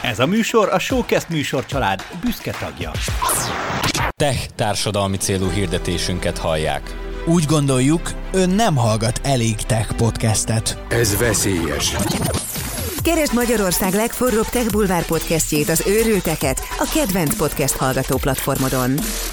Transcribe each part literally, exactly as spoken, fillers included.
Ez a műsor a Showcast műsorcsalád büszke tagja. Tech társadalmi célú hirdetésünket hallják. Úgy gondoljuk, ön nem hallgat elég tech podcastet. Ez veszélyes. Keresd Magyarország legforróbb Tech Bulvár podcastjét, az Őrülteket, a kedvenc podcast hallgató platformodon.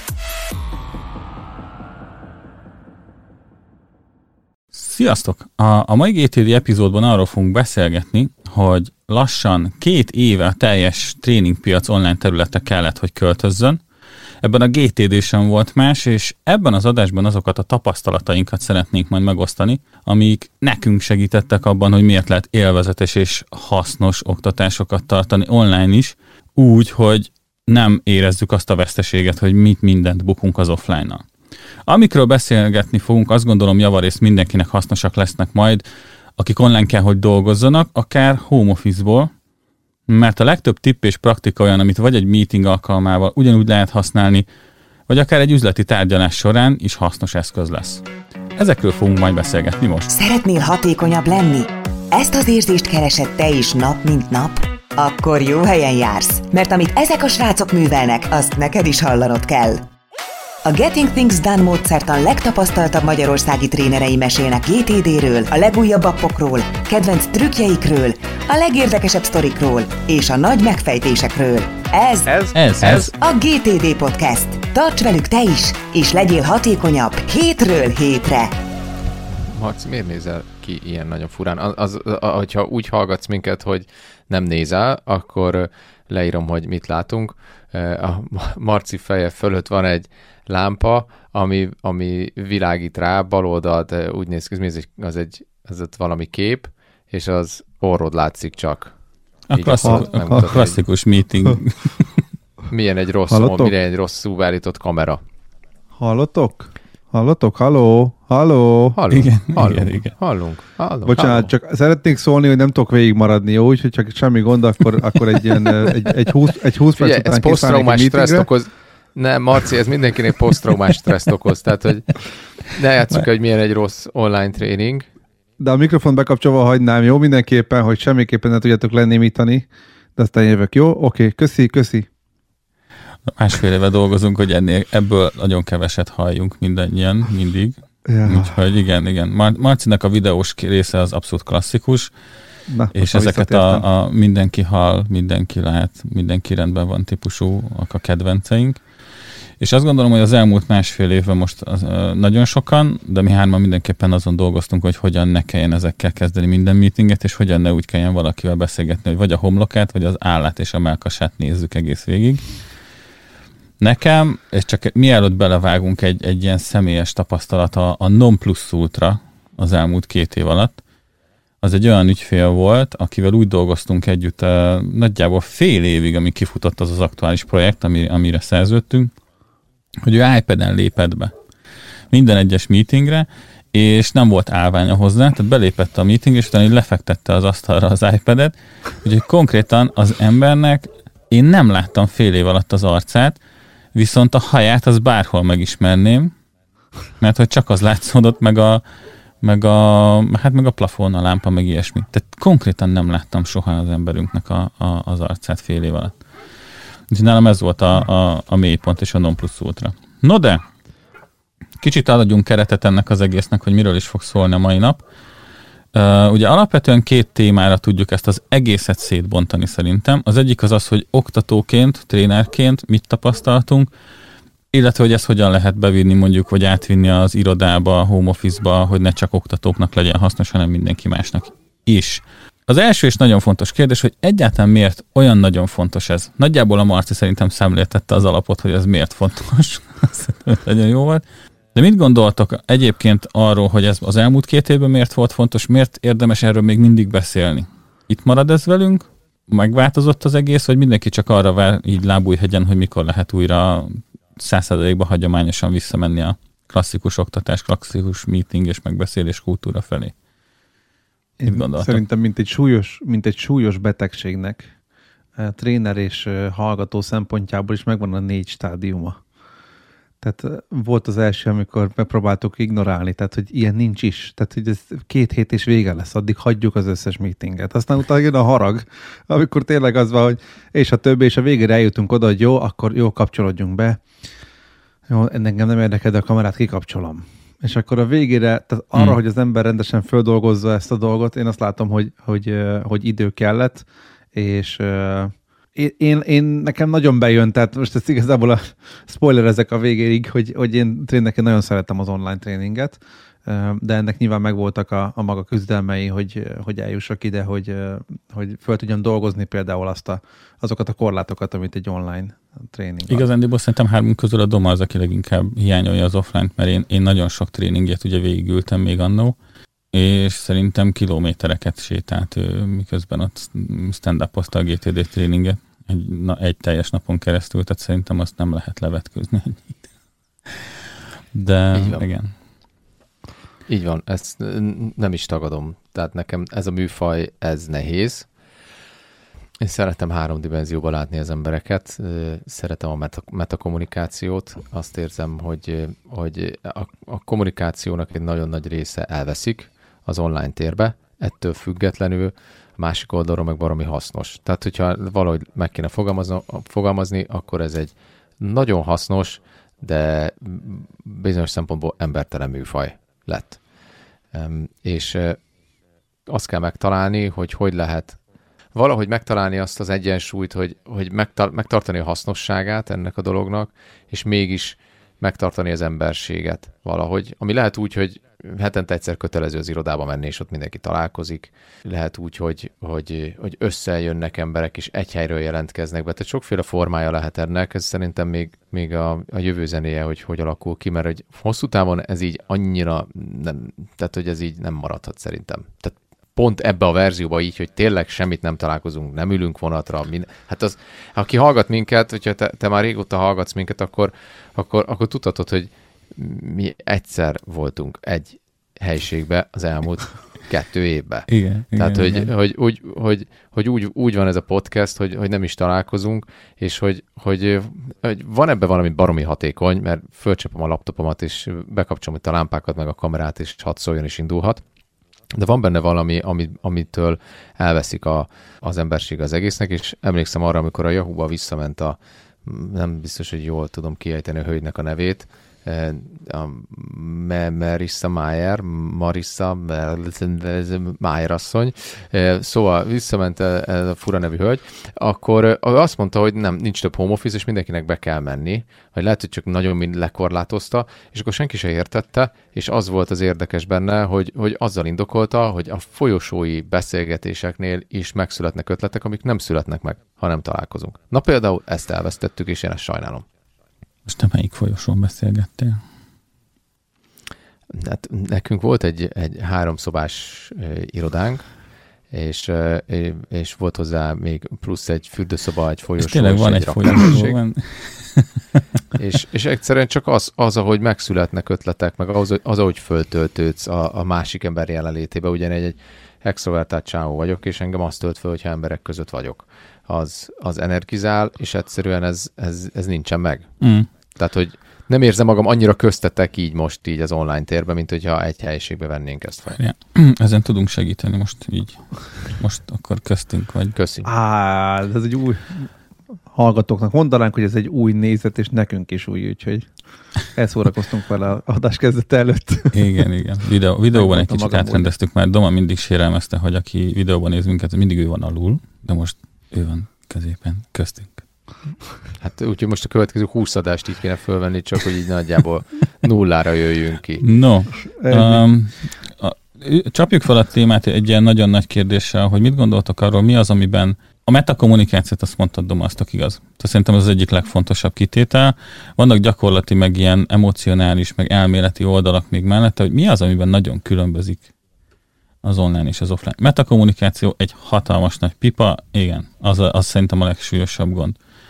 Sziasztok! A, a mai gé té dé epizódban arról fogunk beszélgetni, hogy lassan két éve a teljes tréningpiac online területe kellett, hogy költözzön. Ebben a gé té dé sem volt más, és ebben az adásban azokat a tapasztalatainkat szeretnénk majd megosztani, amik nekünk segítettek abban, hogy miért lehet élvezetes és hasznos oktatásokat tartani online is, úgy, hogy nem érezzük azt a veszteséget, hogy mit mindent bukunk az offline-nal. Amikről beszélgetni fogunk, azt gondolom javarészt mindenkinek hasznosak lesznek majd, akik online kell, hogy dolgozzanak, akár home office-ból, mert a legtöbb tipp és praktika olyan, amit vagy egy meeting alkalmával ugyanúgy lehet használni, vagy akár egy üzleti tárgyalás során is hasznos eszköz lesz. Ezekről fogunk majd beszélgetni most. Szeretnél hatékonyabb lenni? Ezt az érzést keresed te is nap, mint nap? Akkor jó helyen jársz, mert amit ezek a srácok művelnek, azt neked is hallanod kell. A Getting Things Done módszertan legtapasztaltabb magyarországi trénerei mesélnek gé té dé-ről, a legújabb appokról, kedvenc trükkjeikről, a legérdekesebb sztorikról és a nagy megfejtésekről. Ez, ez, ez, ez a gé té dé Podcast. Tarts velük te is, és legyél hatékonyabb hétről hétre. Marci, miért nézel ki ilyen nagyon furán? Az, az, hogyha úgy hallgatsz minket, hogy nem nézel, akkor leírom, hogy mit látunk. A Marci feje fölött van egy lámpa, ami, ami világít rá, bal oldalt úgy néz ki, az egy, az egy az ott valami kép, és az orrod látszik csak. A, klasszikus, a, a klasszikus egy, meeting. Milyen egy rossz, milyen egy rosszul beállított kamera. Hallottok? Hallottok? Halló? Halló? Hallunk, igen, hallunk, igen, igen. hallunk, hallunk. Bocsánat, hallunk. Csak szeretnék szólni, hogy nem tudok végigmaradni, jó? Úgyhogy csak semmi gond, akkor, akkor egy, ilyen, egy, egy, húsz, egy húsz perc után készülnek egy meetingre. Okoz. Nem, Marci, ez mindenkinek posztraumás stresszt okoz, tehát hogy ne játsszuk, hogy milyen egy rossz online tréning. De a mikrofont bekapcsolva hagynám, jó? Mindenképpen, hogy semmiképpen ne tudjátok lenémítani, de aztán jövök, jó? Oké, köszi, köszi. Másfél éve dolgozunk, hogy ennél, ebből nagyon keveset halljunk mindannyian, mindig. Ja. Úgyhogy igen, igen. Mar- Marcinak a videós része az abszolút klasszikus, Na, és ezeket a, a mindenki hall, mindenki lehet, mindenki rendben van típusú a kedvenceink. És azt gondolom, hogy az elmúlt másfél évben most az, uh, nagyon sokan, de mi hárman mindenképpen azon dolgoztunk, hogy hogyan ne kelljen ezekkel kezdeni minden meetinget, és hogyan ne úgy kelljen valakivel beszélgetni, hogy vagy a homlokát, vagy az állát és a mellkasát nézzük egész végig. Nekem, és csak mielőtt belevágunk egy, egy ilyen személyes tapasztalata, a Non Plus Ultra az elmúlt két év alatt, az egy olyan ügyfél volt, akivel úgy dolgoztunk együtt uh, nagyjából fél évig, amíg kifutott az az aktuális projekt, ami, amire szerződtünk, hogy ő iPad-en lépett be minden egyes meetingre, és nem volt állványa hozzá, tehát belépett a meeting, és utána lefektette az asztalra az iPad-et, úgyhogy konkrétan az embernek én nem láttam fél év alatt az arcát, viszont a haját az bárhol megismerném, mert hogy csak az látszódott, meg a, meg a, hát meg a plafon, a lámpa, meg ilyesmi. Tehát konkrétan nem láttam soha az emberünknek a, a, az arcát fél év alatt. Úgyhogy nálam ez volt a, a, a mélypont és a Non Plus Ultra. No de, kicsit adjunk keretet ennek az egésznek, hogy miről is fog szólni a mai nap. Uh, ugye alapvetően két témára tudjuk ezt az egészet szétbontani szerintem. Az egyik az az, hogy oktatóként, trénerként mit tapasztaltunk, illetve hogy ezt hogyan lehet bevinni mondjuk, vagy átvinni az irodába, a home office-ba, hogy ne csak oktatóknak legyen hasznos, hanem mindenki másnak is. Az első és nagyon fontos kérdés, hogy egyáltalán miért olyan nagyon fontos ez? Nagyjából a Marci szerintem szemléltette az alapot, hogy ez miért fontos. Nagyon jó volt. De mit gondoltok egyébként arról, hogy ez az elmúlt két évben miért volt fontos, miért érdemes erről még mindig beszélni? Itt marad ez velünk? Megváltozott az egész, vagy mindenki csak arra vár így lábújhegyen, hogy mikor lehet újra száz százalékban hagyományosan visszamenni a klasszikus oktatás, klasszikus meeting és megbeszélés kultúra felé? Szerintem mint egy, súlyos, mint egy súlyos betegségnek tréner és hallgató szempontjából is megvan a négy stádiuma. Tehát volt az első, amikor megpróbáltuk ignorálni, tehát hogy ilyen nincs is. Tehát hogy ez két hét és vége lesz, addig hagyjuk az összes meetinget. Aztán utána jön a harag, amikor tényleg az van, hogy és a többi, és a végére eljutunk oda, hogy jó, akkor jó, kapcsolódjunk be. Jó, engem nem érdekel, de a kamerát kikapcsolom. És akkor a végére, tehát arra, hmm. hogy az ember rendesen földolgozza ezt a dolgot, én azt látom, hogy, hogy, hogy idő kellett, és én, én, én nekem nagyon bejön, tehát most ez igazából a spoiler ezek a végéig, hogy, hogy én tényleg nagyon szeretem az online tréninget, de ennek nyilván megvoltak a, a maga küzdelmei, hogy, hogy eljussak ide, hogy, hogy föl tudjam dolgozni például azt a, azokat a korlátokat, amit egy online tréning. Igazándiból szerintem hármunk közül a Doma az, aki leginkább hiányolja az offline-t, mert én, én nagyon sok tréninget ugye végigültem még annó, és szerintem kilométereket sétált ő, miközben ott stand-upozta a gé té dé tréninget egy, na, egy teljes napon keresztül, tehát szerintem azt nem lehet levetkőzni. De igen. Így van, ezt nem is tagadom. Tehát nekem ez a műfaj, ez nehéz. Én szeretem háromdimenzióban látni az embereket, szeretem a meta, metakommunikációt, azt érzem, hogy, hogy a, a kommunikációnak egy nagyon nagy része elveszik az online térbe, ettől függetlenül a másik oldalról meg baromi hasznos. Tehát, hogyha valahogy meg kéne fogalmazni, fogalmazni, akkor ez egy nagyon hasznos, de bizonyos szempontból embertelen műfaj lett. És azt kell megtalálni, hogy hogy lehet valahogy megtalálni azt az egyensúlyt, hogy, hogy megtar- megtartani a hasznosságát ennek a dolognak, és mégis megtartani az emberséget valahogy. Ami lehet úgy, hogy hetente egyszer kötelező az irodába menni, és ott mindenki találkozik. Lehet úgy, hogy, hogy, hogy összejönnek emberek, és egy helyről jelentkeznek be. Tehát sokféle formája lehet ennek. Ez szerintem még, még a, a jövő zenéje, hogy hogy alakul ki, mert hogy hosszú távon ez így annyira, nem, tehát hogy ez így nem maradhat szerintem. Tehát pont ebbe a verzióba így, hogy tényleg semmit nem találkozunk, nem ülünk vonatra. Min- hát az, aki hallgat minket, hogyha te, te már régóta hallgatsz minket, akkor, akkor, akkor tudhatod, hogy mi egyszer voltunk egy helyiségbe az elmúlt kettő évben. Igen, Tehát, igen, hogy, igen. hogy, hogy, hogy, hogy úgy, úgy van ez a podcast, hogy, hogy nem is találkozunk, és hogy, hogy, hogy van ebben valami baromi hatékony, mert fölcsapom a laptopomat, és bekapcsolom itt a lámpákat, meg a kamerát, és hadd szóljon, és indulhat. De van benne valami, amit, amitől elveszik a, az emberség az egésznek, és emlékszem arra, amikor a Yahoo-ba visszament a, nem biztos, hogy jól tudom kiejteni a hölgynek a nevét, a Marissa Mayer, Marissa Mayer asszony, szóval visszament ez a fura nevű hölgy, akkor azt mondta, hogy nem, nincs több home office, és mindenkinek be kell menni, hogy lehet, hogy csak nagyon mind lekorlátozta, és akkor senki se értette, és az volt az érdekes benne, hogy, hogy azzal indokolta, hogy a folyosói beszélgetéseknél is megszületnek ötletek, amik nem születnek meg, ha nem találkozunk. Na például ezt elvesztettük, és én ezt sajnálom. Most te melyik folyosón beszélgettél? Hát nekünk volt egy, egy háromszobás uh, irodánk, és, uh, és volt hozzá még plusz egy fürdőszoba, egy folyosó. És tényleg van egy, egy folyosó. Van. és, és egyszerűen csak az, az, ahogy megszületnek ötletek, meg az, az ahogy föltöltődsz a, a másik ember jelenlétébe. Ugyan egy, egy extrovertált csávó vagyok, és engem azt tölt föl, hogyha emberek között vagyok. Az, az energizál, és egyszerűen ez, ez, ez nincsen meg. Mm. Tehát, hogy nem érzem magam annyira köztetek így most így az online térben, mint hogyha egy helyiségbe vennénk ezt fel. Ja. Ezen tudunk segíteni most így. Most akkor köztünk vagy. Köszi. Á, ez egy új hallgatóknak mondanánk, hogy ez egy új nézet, és nekünk is új, úgyhogy elszórakoztunk vele az adás kezdete előtt. Igen, igen. Videó, videóban egy kicsit átrendeztük, mert Doma mindig sérelmezte, hogy aki videóban néz minket, mindig ő van alul, de most ő van középen, köztünk. Hát úgyhogy most a következő húsz adást így kéne fölvenni, csak hogy így nagyjából nullára jöjjünk ki. No, um, a, csapjuk fel a témát egy ilyen nagyon nagy kérdéssel, hogy mit gondoltok arról, mi az, amiben a metakommunikációt, azt mondtad, Doma, azt igaz. Tehát szerintem az az egyik legfontosabb kitétel. Vannak gyakorlati, meg ilyen emocionális, meg elméleti oldalak még mellette, hogy mi az, amiben nagyon különbözik az online és az offline. Metakommunikáció egy hatalmas nagy pipa, igen, az, a, az szerintem a legsúlyosabb gond.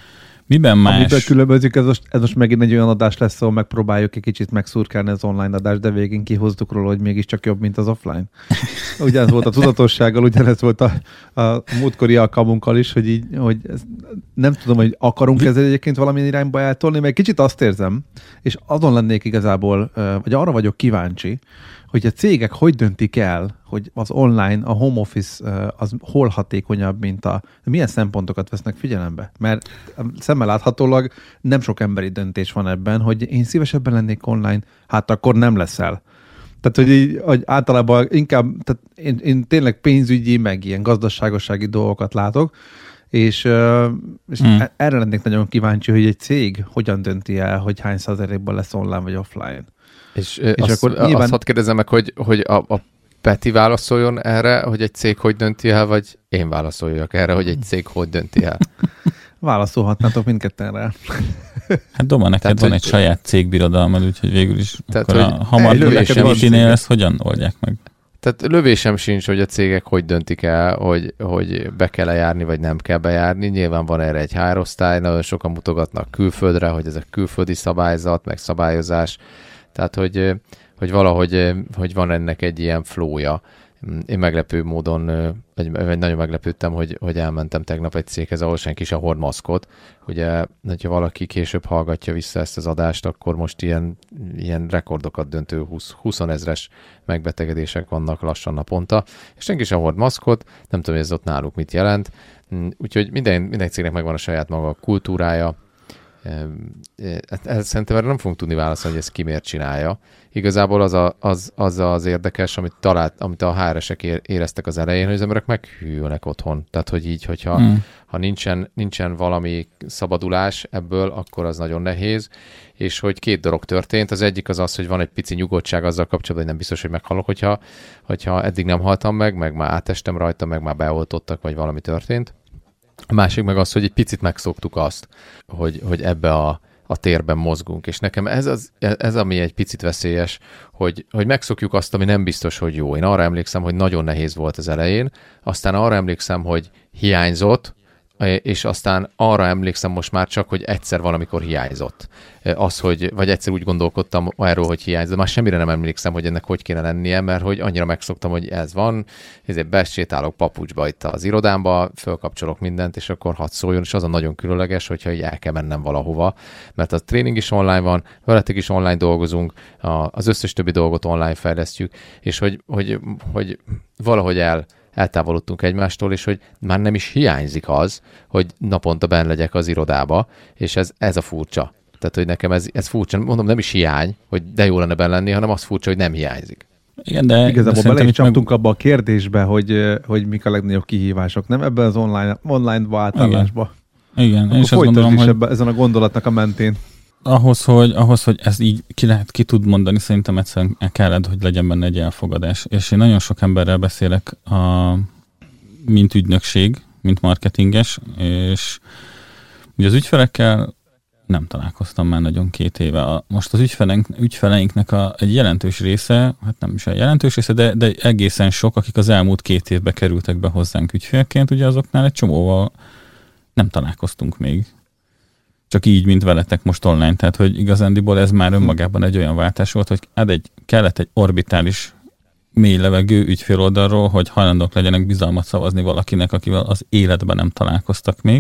Miben más? Amiben különbözik, ez most, ez most megint egy olyan adás lesz, ahol megpróbáljuk egy kicsit megszurkálni az online adást, de végén kihozzuk róla, hogy mégiscsak jobb, mint az offline. Ugyanez volt a tudatossággal, ugyanez volt a, a múltkori alkalmunkkal is, hogy így, hogy ez, nem tudom, hogy akarunk ezzel egyébként valamilyen irányba eltolni, mert kicsit azt érzem, és azon lennék igazából, vagy arra vagyok kíváncsi, hogy a cégek hogy döntik el, hogy az online, a home office az hol hatékonyabb, mint a... Milyen szempontokat vesznek figyelembe? Mert szemmel láthatólag nem sok emberi döntés van ebben, hogy én szívesebben lennék online, hát akkor nem leszel. Tehát, hogy, így, hogy általában inkább, tehát én, én tényleg pénzügyi, meg ilyen gazdaságossági dolgokat látok, és, és hmm. erre lennék nagyon kíváncsi, hogy egy cég hogyan dönti el, hogy hány százalékban lesz online vagy offline. És, és azt, akkor nyilván... azt hadd kérdezem meg, hogy, hogy a, a Peti válaszoljon erre, hogy egy cég hogy dönti el, vagy én válaszoljak erre, hogy egy cég hogy dönti el? Válaszolhatnátok mindketten rá. Hát Doma, neked tehát, van hogy... egy saját cégbirodalmad, úgyhogy végül is tehát, akkor hogy a hamar lövésem ezt hogyan oldják meg? Tehát lövésem sincs, hogy a cégek hogy döntik el, hogy, hogy be kell járni, vagy nem kell bejárni. Nyilván van erre egy há er osztály, nagyon sokan mutogatnak külföldre, hogy ez a külföldi szabályzat, meg szabályozás. Tehát, hogy, hogy valahogy hogy van ennek egy ilyen flója. Én meglepő módon, vagy, vagy nagyon meglepődtem, hogy, hogy elmentem tegnap egy céghez, ahol senki sem hord maszkot. Ugye, hogyha valaki később hallgatja vissza ezt az adást, akkor most ilyen, ilyen rekordokat döntő húsz ezres megbetegedések vannak lassan naponta, és senki sem hord maszkot, nem tudom, hogy ez ott náluk mit jelent. Úgyhogy minden, minden cégnek megvan a saját maga kultúrája. Szerintem erre nem fogunk tudni válaszolni, hogy ezt ki miért csinálja. Igazából az a, az, az, az érdekes, amit, talált, amit a há er esek éreztek az elején, hogy az emberek meghűlnek otthon. Tehát, hogy így, hogyha hmm. ha nincsen, nincsen valami szabadulás ebből, akkor az nagyon nehéz. És hogy két dolog történt. Az egyik az az, hogy van egy pici nyugodtság azzal kapcsolatban, hogy nem biztos, hogy meghalok, hogyha, hogyha eddig nem haltam meg, meg már átestem rajta, meg már beoltottak, vagy valami történt. A másik meg az, hogy egy picit megszoktuk azt, hogy, hogy ebbe a, a térben mozgunk. És nekem ez, az, ez ami egy picit veszélyes, hogy, hogy megszokjuk azt, ami nem biztos, hogy jó. Én arra emlékszem, hogy nagyon nehéz volt az elején, aztán arra emlékszem, hogy hiányzott, és aztán arra emlékszem most már csak, hogy egyszer valamikor hiányzott. Az, hogy, vagy egyszer úgy gondolkodtam erről, hogy hiányzott, de már semmire nem emlékszem, hogy ennek hogy kéne lennie, mert hogy annyira megszoktam, hogy ez van, ezért besétálok papucsba itt az irodámba, fölkapcsolok mindent, és akkor hadd szóljon, és az a nagyon különleges, hogyha így el kell mennem valahova, mert a tréning is online van, veletek is online dolgozunk, az összes többi dolgot online fejlesztjük, és hogy, hogy, hogy valahogy el eltávolodtunk egymástól, és hogy már nem is hiányzik az, hogy naponta benn legyek az irodába, és ez, ez a furcsa. Tehát, hogy nekem ez, ez furcsa, mondom, nem is hiány, hogy de jó lenne benn lenni, hanem az furcsa, hogy nem hiányzik. Igen, de igazából bele is csaptunk meg... abba a kérdésbe, hogy, hogy mik a legnagyobb kihívások, nem ebben az online, online átállásba. Igen, Igen. Én is azt gondolom, hogy ebbe, ezen a gondolatnak a mentén. Ahhoz, hogy, ahhoz, hogy ezt így ki, lehet, ki tud mondani, szerintem egyszerűen kellett, hogy legyen benne egy elfogadás. És én nagyon sok emberrel beszélek, a, mint ügynökség, mint marketinges, és ugye az ügyfelekkel nem találkoztam már nagyon két éve. Most az ügyfeleink, ügyfeleinknek a, egy jelentős része, hát nem is egy jelentős része, de, de egészen sok, akik az elmúlt két évben kerültek be hozzánk ügyfélként, ugye azoknál egy csomóval nem találkoztunk még. Csak így, mint veletek most online. Tehát, hogy igazándiból ez már önmagában egy olyan váltás volt, hogy hát egy, kellett egy orbitális mély levegő ügyfél oldalról, hogy hajlandók legyenek bizalmat szavazni valakinek, akivel az életben nem találkoztak még.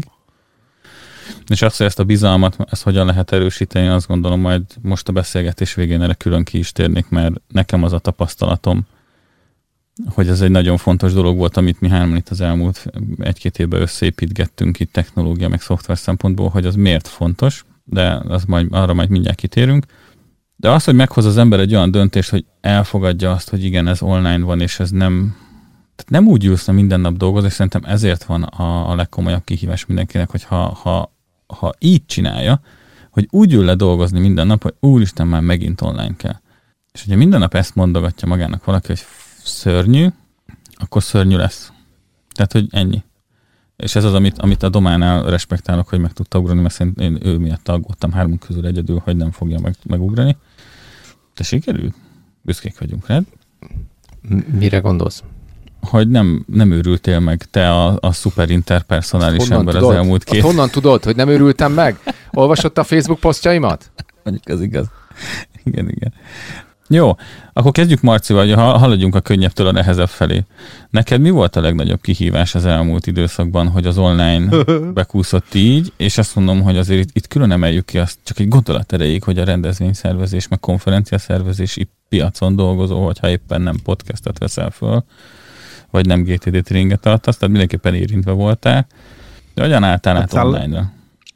És azt, hogy ezt a bizalmat, ezt hogyan lehet erősíteni, azt gondolom, majd most a beszélgetés végén erre külön ki is térnék, mert nekem az a tapasztalatom, hogy ez egy nagyon fontos dolog volt, amit mi hárman itt az elmúlt egy-két évben összeépítgettünk itt technológia meg szoftver szempontból, hogy az miért fontos, de az majd, arra majd mindjárt kitérünk. De az, hogy meghoz az ember egy olyan döntést, hogy elfogadja azt, hogy igen, ez online van, és ez nem, tehát nem úgy ülsz, minden nap dolgozni, és szerintem ezért van a, a legkomolyabb kihívás mindenkinek, hogy ha, ha, ha így csinálja, hogy úgy ül le dolgozni minden nap, hogy úristen, már megint online kell. És ugye minden nap ezt mondogatja magának valaki, hogy szörnyű, akkor szörnyű lesz. Tehát, hogy ennyi. És ez az, amit, amit a Dománál respektálok, hogy meg tudta ugrani, mert szerintem én ő miatt aggódtam hármunk közül egyedül, hogy nem fogja meg, megugrani. De sikerül? Büszkék vagyunk rád. Mire gondolsz? hogy nem, nem őrültél meg te a, a szuper interpersonális ember tudod? az elmúlt két... Azt honnan tudod, hogy nem őrültem meg? Olvasott a Facebook posztjaimat? Mondjuk ez igaz. Igen, igen. Jó, akkor kezdjük Marcival, hogy haladjunk a könnyebbtől a nehezebb felé. Neked mi volt a legnagyobb kihívás az elmúlt időszakban, hogy az online bekúszott így, és azt mondom, hogy azért itt, itt külön emeljük ki azt csak egy gondolat erejéig, hogy a rendezvényszervezés, meg konferenciaszervezési piacon dolgozó, hogyha éppen nem podcastet veszel föl, vagy nem gé té dé tréninget tartasz, tehát mindenképpen érintve voltál. De hogyan álltál át száll... online-ra?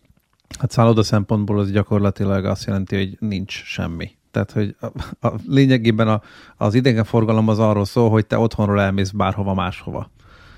Hát szálloda szempontból az gyakorlatilag azt jelenti, hogy nincs semmi. Tehát, hogy a, a, lényegében a, az idegenforgalom az arról szól, hogy te otthonról elmész bárhova máshova.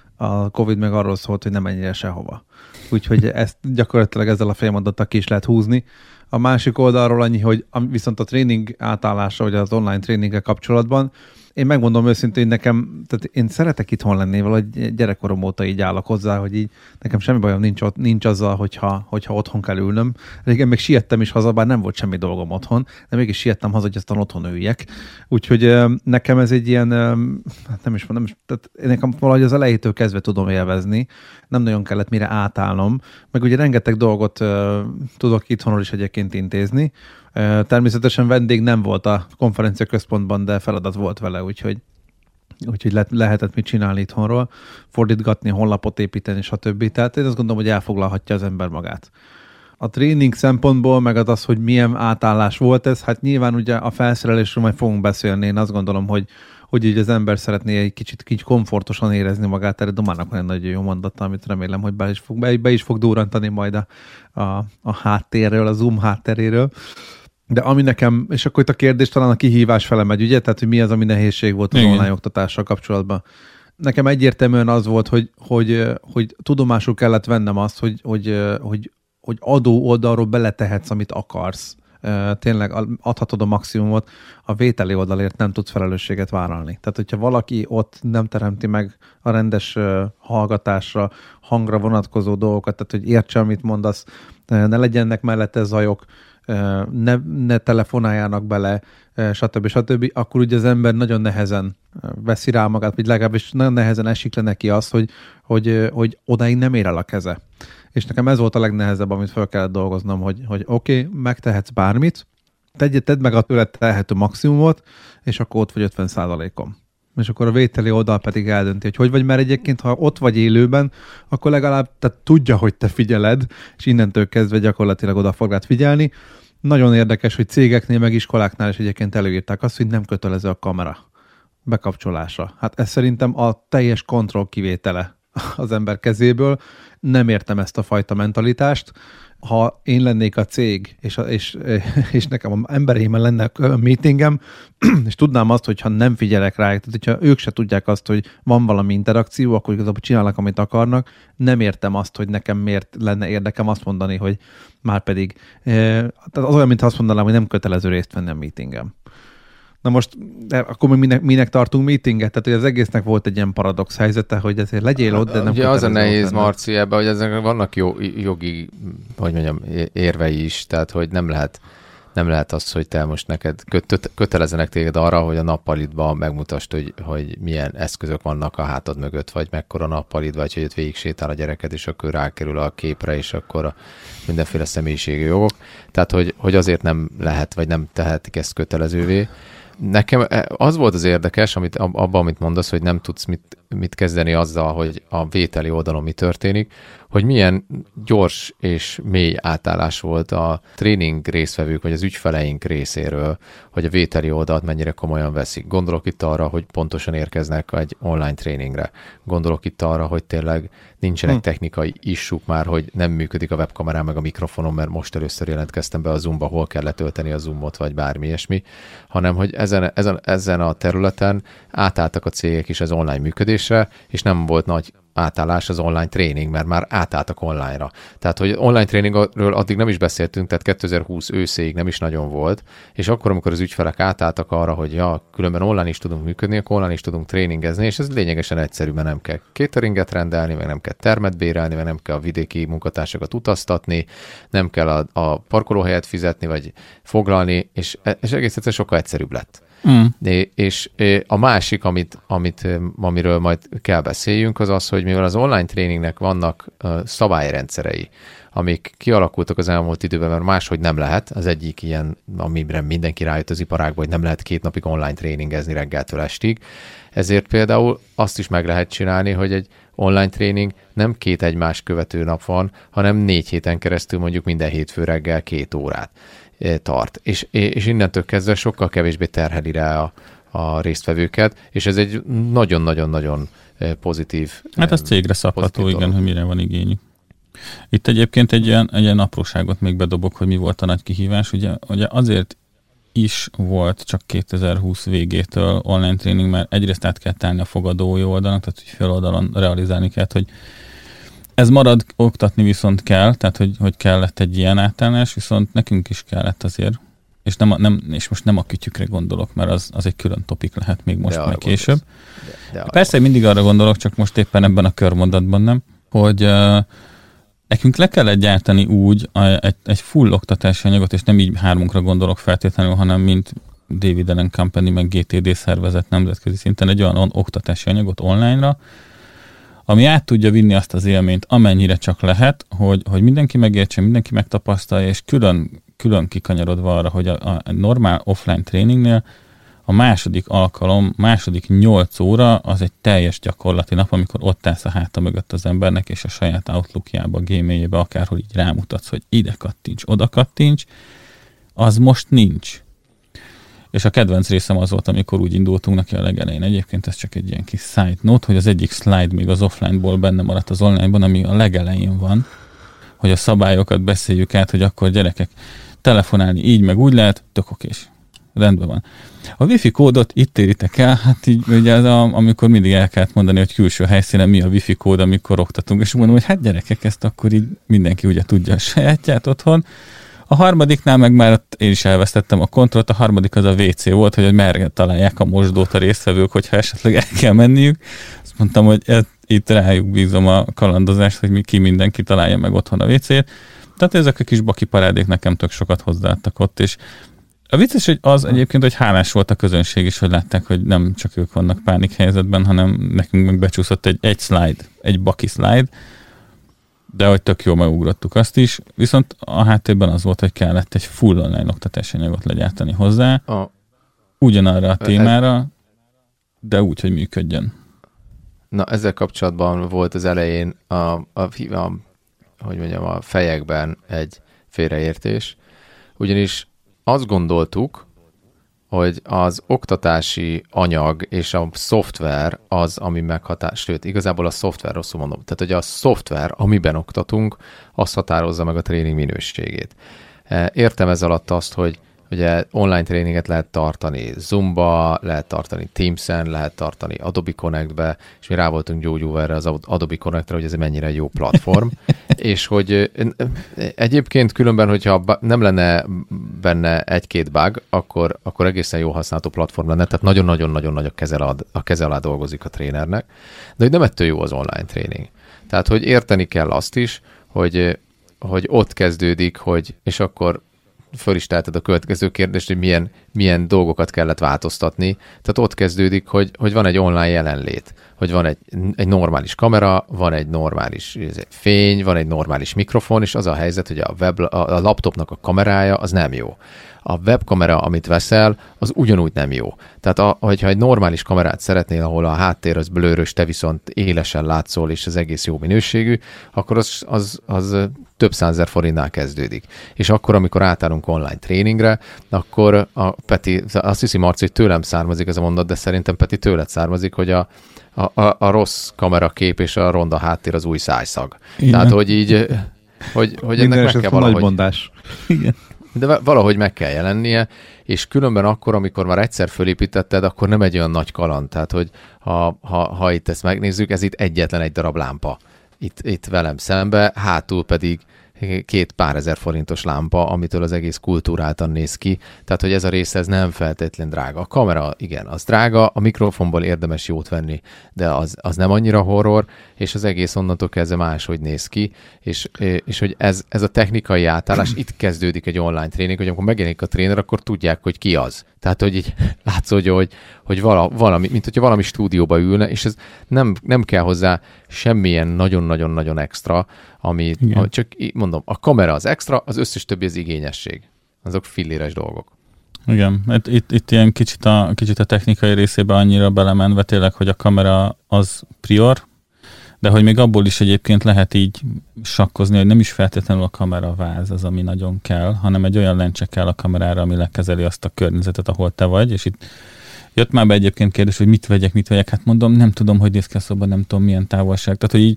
A Covid meg arról szólt, hogy nem menjél sehova. Úgyhogy ezt gyakorlatilag ezzel a félmondattal ki is lehet húzni. A másik oldalról annyi, hogy viszont a tréning átállása, vagy az online tréninggel kapcsolatban, én megmondom őszintén, hogy nekem, tehát én szeretek itthon lenni, valahogy gyerekkorom óta így állok hozzá, hogy így nekem semmi bajom nincs, ott, nincs azzal, hogyha, hogyha otthon kell ülnöm. Régen még siettem is haza, bár nem volt semmi dolgom otthon, de mégis siettem haza, hogy aztán otthon üljek. Úgyhogy nekem ez egy ilyen, hát nem is mondom, tehát nekem valahogy az elejétől kezdve tudom élvezni, nem nagyon kellett mire átállnom, meg ugye rengeteg dolgot uh, tudok itthonról is egyébként intézni. Uh, természetesen vendég nem volt a konferencia központban, de feladat volt vele, úgyhogy, úgyhogy le- lehetett mit csinálni itthonról, fordítgatni, honlapot építeni, stb. Tehát én azt gondolom, hogy elfoglalhatja az ember magát. A tréning szempontból, meg az, az, hogy milyen átállás volt ez, hát nyilván ugye a felszerelésről majd fogunk beszélni, én azt gondolom, hogy hogy így az ember szeretné egy kicsit így komfortosan érezni magát, erre Domának van egy nagyon jó mondata, amit remélem, hogy be is fog, be, be is fog durrantani majd a, a, a háttérről, a Zoom hátteréről. De ami nekem, és akkor itt a kérdés talán a kihívás fele megy, ugye? Tehát, hogy mi az, ami nehézség volt az Igen. online oktatással kapcsolatban. Nekem egyértelműen az volt, hogy, hogy, hogy tudomásul kellett vennem azt, hogy, hogy, hogy, hogy adó oldalról beletehetsz, amit akarsz. Tényleg adhatod a maximumot, a vételi oldalért nem tudsz felelősséget vállalni. Tehát, hogyha valaki ott nem teremti meg a rendes hallgatásra, hangra vonatkozó dolgokat, tehát, hogy értse, amit mondasz, ne legyenek mellette zajok, ne, ne telefonáljának bele, stb. stb., akkor ugye az ember nagyon nehezen veszi rá magát, vagy legalábbis nagyon nehezen esik le neki az, hogy, hogy, hogy odáig nem ér el a keze. És nekem ez volt a legnehezebb, amit fel kellett dolgoznom, hogy, hogy oké, okay, megtehetsz bármit, tegy, tedd meg a tőled telhető maximumot, és akkor ott vagy ötven százalékon. És akkor a vételi oldal pedig eldönti, hogy hogy vagy, mert egyébként, ha ott vagy élőben, akkor legalább te tudja, hogy te figyeled, és innentől kezdve gyakorlatilag oda fog rád figyelni. Nagyon érdekes, hogy cégeknél, meg iskoláknál is egyébként előírták azt, hogy nem kötelező a kamera bekapcsolása. Hát ez szerintem a teljes kontroll kivétele az ember kezéből. Nem értem ezt a fajta mentalitást. Ha én lennék a cég, és, és, és nekem az embereimmel lenne a meetingem, és tudnám azt, hogyha nem figyelek rá, tehát hogyha ők se tudják azt, hogy van valami interakció, akkor igazából csinálnak, amit akarnak, nem értem azt, hogy nekem miért lenne érdekem azt mondani, hogy már pedig, tehát az olyan, mintha azt mondanám, hogy nem kötelező részt venni a meetingem. Na most, akkor mi minek, minek tartunk meetinget? Tehát, hogy az egésznek volt egy ilyen paradox helyzete, hogy ezért legyél ott, de nem ugye az a nehéz, Marci, ebben, hogy ezek vannak jó jogi, hogy mondjam, érvei is, tehát, hogy nem lehet, nem lehet az, hogy te most neked köt, kötelezenek téged arra, hogy a nappalitban megmutasd, hogy, hogy milyen eszközök vannak a hátad mögött, vagy mekkora nappalid, vagy hogy ott végig sétál a gyereked, és akkor rákerül a képre, és akkor a mindenféle személyiségi jogok. Tehát, hogy, hogy azért nem lehet, vagy nem tehetik ezt kötelezővé. Nekem az volt az érdekes, amit, abban, amit mondasz, hogy nem tudsz mit, mit kezdeni azzal, hogy a vételi oldalon mi történik, hogy milyen gyors és mély átállás volt a tréning résztvevők, vagy az ügyfeleink részéről, hogy a vételi oldalt mennyire komolyan veszik. Gondolok itt arra, hogy pontosan érkeznek egy online tréningre. Gondolok itt arra, hogy tényleg nincsenek hm. technikai issuk már, hogy nem működik a webkamerám meg a mikrofonom, mert most először jelentkeztem be a Zoomba, hol kell letölteni a Zoomot, vagy bármi ilyesmi, hanem hogy ezen, ezen, ezen a területen átálltak a cégek is az online működésre, és nem volt nagy átállás az online tréning, mert már átálltak online-ra. Tehát, hogy online tréningről addig nem is beszéltünk, tehát kétezer-húsz őszéig nem is nagyon volt, és akkor, amikor az ügyfelek átálltak arra, hogy ja, különben online is tudunk működni, akkor online is tudunk tréningezni, és ez lényegesen egyszerű, mert nem kell cateringet rendelni, meg nem kell termet bérelni, meg nem kell a vidéki munkatársakat utaztatni, nem kell a, a parkolóhelyet fizetni, vagy foglalni, és, és egész egyszerűen sokkal egyszerűbb lett. Mm. És a másik, amit, amit, amiről majd kell beszéljünk, az az, hogy mivel az online tréningnek vannak szabályrendszerei, amik kialakultak az elmúlt időben, mert máshogy nem lehet. Az egyik ilyen, amire mindenki rájött az iparágban, hogy nem lehet két napig online tréningezni reggeltől estig. Ezért például azt is meg lehet csinálni, hogy egy online tréning nem két egymás követő nap van, hanem négy héten keresztül mondjuk minden hétfő reggel két órát tart. És, és innentől kezdve sokkal kevésbé terheli rá a, a résztvevőket, és ez egy nagyon-nagyon-nagyon pozitív. Hát az cégre szabható, igen, hogy mire van igényük. Itt egyébként egy ilyen, egy ilyen apróságot még bedobok, hogy mi volt a nagy kihívás. Ugye, ugye azért is volt csak kétezer-húsz végétől online tréning, mert egyrészt át kell állni a fogadói oldalon, tehát hogy fél oldalon realizálni kell, hogy ez marad, oktatni viszont kell, tehát hogy, hogy kellett egy ilyen átállás, viszont nekünk is kellett azért, és, nem a, nem, és most nem a kütyükre gondolok, mert az, az egy külön topik lehet még most, meg később. De, de Persze mindig arra gondolok, csak most éppen ebben a körmondatban nem, hogy uh, nekünk le kellett gyártani úgy egy, egy full oktatási anyagot, és nem így hármunkra gondolok feltétlenül, hanem mint David Allen Company, meg gé té dé szervezet nemzetközi szinten egy olyan oktatási anyagot online-ra, ami át tudja vinni azt az élményt, amennyire csak lehet, hogy, hogy mindenki megértse, mindenki megtapasztalja, és külön, külön kikanyarodva arra, hogy a, a normál offline tréningnél a második alkalom, második nyolc óra az egy teljes gyakorlati nap, amikor ott állsz a háta mögött az embernek, és a saját Outlookjába, gmail-jébe, akárhol így rámutatsz, hogy ide kattints, oda kattints, az most nincs. És a kedvenc részem az volt, amikor úgy indultunk neki a legelején. Egyébként ez csak egy ilyen kis side note, hogy az egyik slide még az offline-ból benne maradt az online-ban, ami a legelején van, hogy a szabályokat beszéljük át, hogy akkor gyerekek, telefonálni így meg úgy lehet, tök okés. Rendben van. A wifi kódot itt éritek el, hát így ugye az, a, amikor mindig el kellett mondani, hogy külső helyszínen mi a wifi kód, amikor oktatunk, és mondom, hogy hát gyerekek, ezt akkor így mindenki ugye tudja a sajátját otthon. A harmadiknál meg már én is elvesztettem a kontrollt, a harmadik az a vé cé volt, hogy merre találják a mosdót a résztvevők, hogyha esetleg el kell menniük. Azt mondtam, hogy ez, itt rájuk bízom a kalandozást, hogy mi ki mindenki találja meg otthon a vé cét. Tehát ezek a kis baki parádék nekem tök sokat hozzáadtak ott, és a vicces, hogy az egyébként, hogy hálás volt a közönség is, hogy látták, hogy nem csak ők vannak pánik helyzetben, hanem nekünk meg becsúszott egy, egy slide, egy baki slide, de hogy tök jól megugrottuk azt is, viszont a háttérben az volt, hogy kellett egy full online oktatási anyagot legyártani hozzá, a, ugyanarra a témára, de úgy, hogy működjön. Na, ezzel kapcsolatban volt az elején a, a, a, a, hogy mondjam, a fejekben egy félreértés, ugyanis azt gondoltuk, hogy az oktatási anyag és a szoftver az, ami meghatároz, sőt, igazából a szoftver, rosszul mondom, tehát hogy a szoftver, amiben oktatunk, az határozza meg a tréning minőségét. Értem ez alatt azt, hogy ugye online tréninget lehet tartani Zoomba, lehet tartani Teams-en, lehet tartani Adobe Connect-be, és mi rá voltunk gyógyulva erre az Adobe Connect-re, hogy ez mennyire jó platform, és hogy egyébként különben, hogyha nem lenne benne egy-két bug, akkor, akkor egészen jó használható platform lenne, tehát nagyon-nagyon-nagyon nagy a keze alá, a keze alá dolgozik a trénernek, de hogy nem ettől jó az online tréning. Tehát, hogy érteni kell azt is, hogy, hogy ott kezdődik, hogy, és akkor föl is teheted a következő kérdést, hogy milyen, milyen dolgokat kellett változtatni. Tehát ott kezdődik, hogy, hogy van egy online jelenlét, hogy van egy, egy normális kamera, van egy normális fény, van egy normális mikrofon, és az a helyzet, hogy a, web, a laptopnak a kamerája az nem jó. A webkamera, amit veszel, az ugyanúgy nem jó. Tehát a, hogyha egy normális kamerát szeretnél, ahol a háttér az blőrös, te viszont élesen látszol, és az egész jó minőségű, akkor az, az, az több százezer forintnál kezdődik. És akkor, amikor átállunk online tréningre, akkor a Peti, azt hiszi Marci, hogy tőlem származik ez a mondat, de szerintem Peti tőled származik, hogy a, a, a, a rossz kamerakép és a ronda háttér az új szájszag. Igen. Tehát, hogy így, hogy, hogy ennek meg kell valahogy... Nagy mondás. Igen. De valahogy meg kell jelennie, és különben akkor, amikor már egyszer fölépítetted, akkor nem egy olyan nagy kaland. Tehát, hogy ha, ha, ha itt ezt megnézzük, ez itt egyetlen egy darab lámpa. Itt, itt velem szembe, hátul pedig két pár ezer forintos lámpa, amitől az egész kultúráltan néz ki. Tehát, hogy ez a része ez nem feltétlenül drága. A kamera, igen, az drága, a mikrofonból érdemes jót venni, de az, az nem annyira horror, és az egész onnantól kezdve máshogy néz ki, és, és hogy ez, ez a technikai átállás, itt kezdődik egy online tréning, hogy amikor megjelenik a tréner, akkor tudják, hogy ki az. Tehát, hogy így látszódja, hogy, hogy vala, valami, mint hogyha valami stúdióba ülne, és ez nem, nem kell hozzá semmilyen nagyon-nagyon-nagyon extra, ami csak mondom, a kamera az extra, az összes többi az igényesség. Azok filléres dolgok. Igen, itt, itt, itt ilyen kicsit a, kicsit a technikai részébe annyira belemenve tényleg, hogy a kamera az prior, de hogy még abból is egyébként lehet így sakkozni, hogy nem is feltétlenül a kamera váz az, ami nagyon kell, hanem egy olyan lencse kell a kamerára, ami lekezeli azt a környezetet, ahol te vagy, és itt jött már be egyébként kérdés, hogy mit vegyek, mit vegyek, hát mondom, nem tudom, hogy néz ki a szoba, nem tudom, milyen távolság, tehát hogy így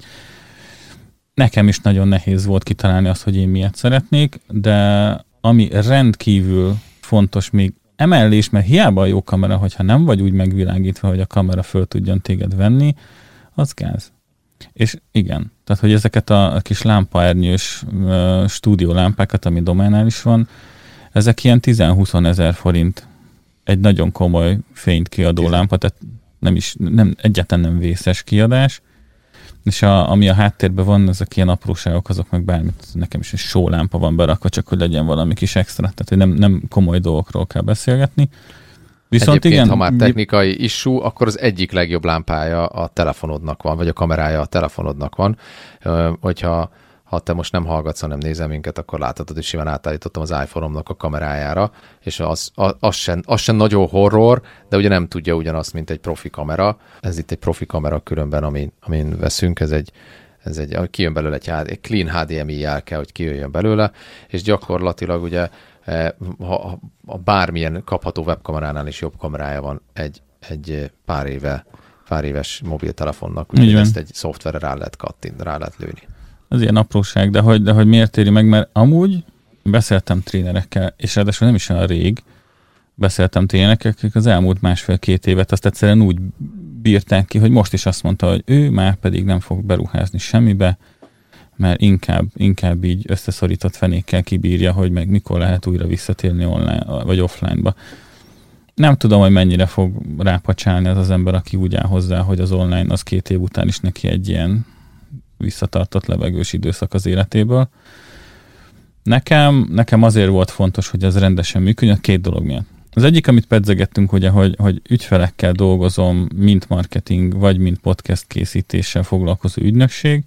nekem is nagyon nehéz volt kitalálni azt, hogy én miért szeretnék, de ami rendkívül fontos még emellé is, mert hiába a jó kamera, hogyha nem vagy úgy megvilágítva, hogy a kamera föl tudjon téged venni, az gáz. És igen, tehát hogy ezeket a kis lámpaernyős uh, stúdiólámpákat, ami Dománál is van, ezek ilyen tíz-húsz ezer forint egy nagyon komoly fényt kiadó lámpa, tehát nem is, nem, egyáltalán nem vészes kiadás, és a, ami a háttérben van, ezek ilyen apróságok, azok meg bármit, nekem is egy sólámpa van berakva, csak hogy legyen valami kis extra, tehát hogy nem, nem komoly dolgokról kell beszélgetni. Viszont egyébként, igen, ha már technikai issue, akkor az egyik legjobb lámpája a telefonodnak van, vagy a kamerája a telefonodnak van. Hogyha ha te most nem hallgatsz, hanem nézel minket, akkor láthatod, hogy simán átállítottam az iPhone-omnak a kamerájára, és az, az, az, sem, az sem nagyon horror, de ugye nem tudja ugyanazt, mint egy profi kamera. Ez itt egy profi kamera különben, amin, amin veszünk, ez egy, ez egy, kijön belőle egy, egy clean há dé em i jel kell, hogy kijöjjön belőle, és gyakorlatilag ugye ha, ha bármilyen kapható webkameránál is jobb kamerája van egy, egy pár éve, pár éves mobiltelefonnak, úgyhogy ezt egy szoftverre rá lehet kattint, rá lehet lőni. Az ilyen apróság, de hogy, de hogy miért éri meg, mert amúgy beszéltem trénerekkel, és ráadásul nem is olyan rég beszéltem trénerekkel, akik az elmúlt másfél-két évet azt egyszerűen úgy bírták ki, hogy most is azt mondta, hogy ő már pedig nem fog beruházni semmibe, mert inkább, inkább így összeszorított fenékkel kibírja, hogy meg mikor lehet újra visszatérni online vagy offline-ba. Nem tudom, hogy mennyire fog rápacsálni az az ember, aki úgy áll hozzá, hogy az online az két év után is neki egy ilyen visszatartott levegős időszak az életéből. Nekem, nekem azért volt fontos, hogy ez rendesen működjön, két dolog miatt. Az egyik, amit pedzegettünk, ugye, hogy, hogy ügyfelekkel dolgozom, mint marketing, vagy mint podcast készítéssel foglalkozó ügynökség,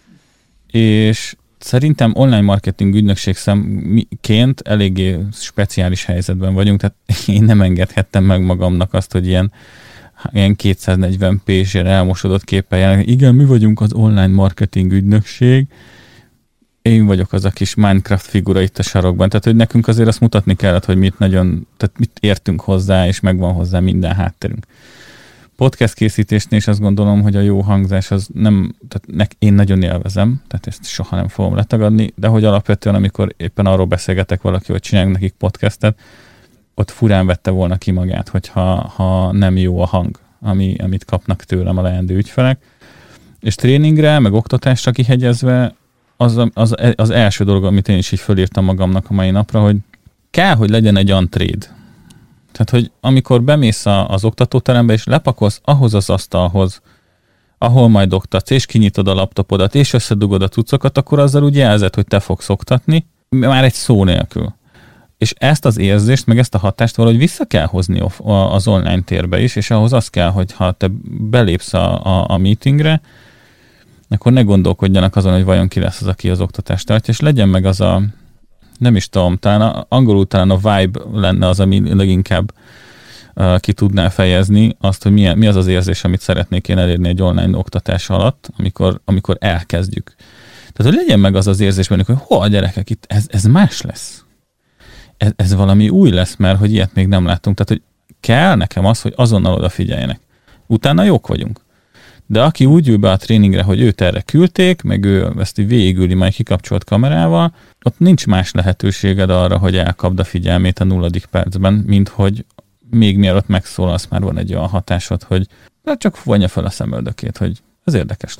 és szerintem online marketing ügynökségként eléggé speciális helyzetben vagyunk, tehát én nem engedhettem meg magamnak azt, hogy ilyen, ilyen kétszáznegyven pé-sére elmosodott képpel jelenleg. Igen, mi vagyunk az online marketing ügynökség, én vagyok az a kis Minecraft figura itt a sarokban, tehát hogy nekünk azért azt mutatni kellett, hogy mit nagyon, tehát mit értünk hozzá, és megvan hozzá minden hátterünk. Podcast készítésnél is azt gondolom, hogy a jó hangzás az nem, tehát nek, én nagyon élvezem, tehát ezt soha nem fogom letagadni, de hogy alapvetően, amikor éppen arról beszélgetek valaki, hogy csináljuk nekik podcastet, ott furán vette volna ki magát, hogyha ha nem jó a hang, ami, amit kapnak tőlem a leendő ügyfelek. És tréningre, meg oktatásra kihegyezve az, az, az első dolog, amit én is így fölírtam magamnak a mai napra, hogy kell, hogy legyen egy antréd. Tehát, hogy amikor bemész a, az oktatóterembe, és lepakolsz ahhoz az asztalhoz, ahol majd oktatsz, és kinyitod a laptopodat, és összedugod a cuccokat, akkor azzal úgy jelzed, hogy te fogsz oktatni, már egy szó nélkül. És ezt az érzést, meg ezt a hatást valahogy vissza kell hozni az online térbe is, és ahhoz az kell, hogy ha te belépsz a, a, a meetingre, akkor ne gondolkodjanak azon, hogy vajon ki lesz az, aki az oktatást tartja, és legyen meg az a, nem is tudom, talán a, angolul talán a vibe lenne az, ami leginkább uh, ki tudná fejezni azt, hogy milyen, mi az az érzés, amit szeretnék én elérni egy online oktatás alatt, amikor, amikor elkezdjük. Tehát, hogy legyen meg az az érzés bennük, hogy hol a gyerekek, itt ez, ez más lesz. Ez, ez valami új lesz, mert hogy ilyet még nem láttunk. Tehát, hogy kell nekem az, hogy azonnal odafigyeljenek. Utána jók vagyunk. De aki úgy ül be a tréningre, hogy őt erre küldték, meg ő ezt így végigüli majd kikapcsolt kamerával, ott nincs más lehetőséged arra, hogy elkapd a figyelmét a nulladik percben, mint hogy még mielőtt megszólalsz, már van egy olyan hatásod, hogy csak vonja fel a szemöldökét, hogy ez érdekes lesz.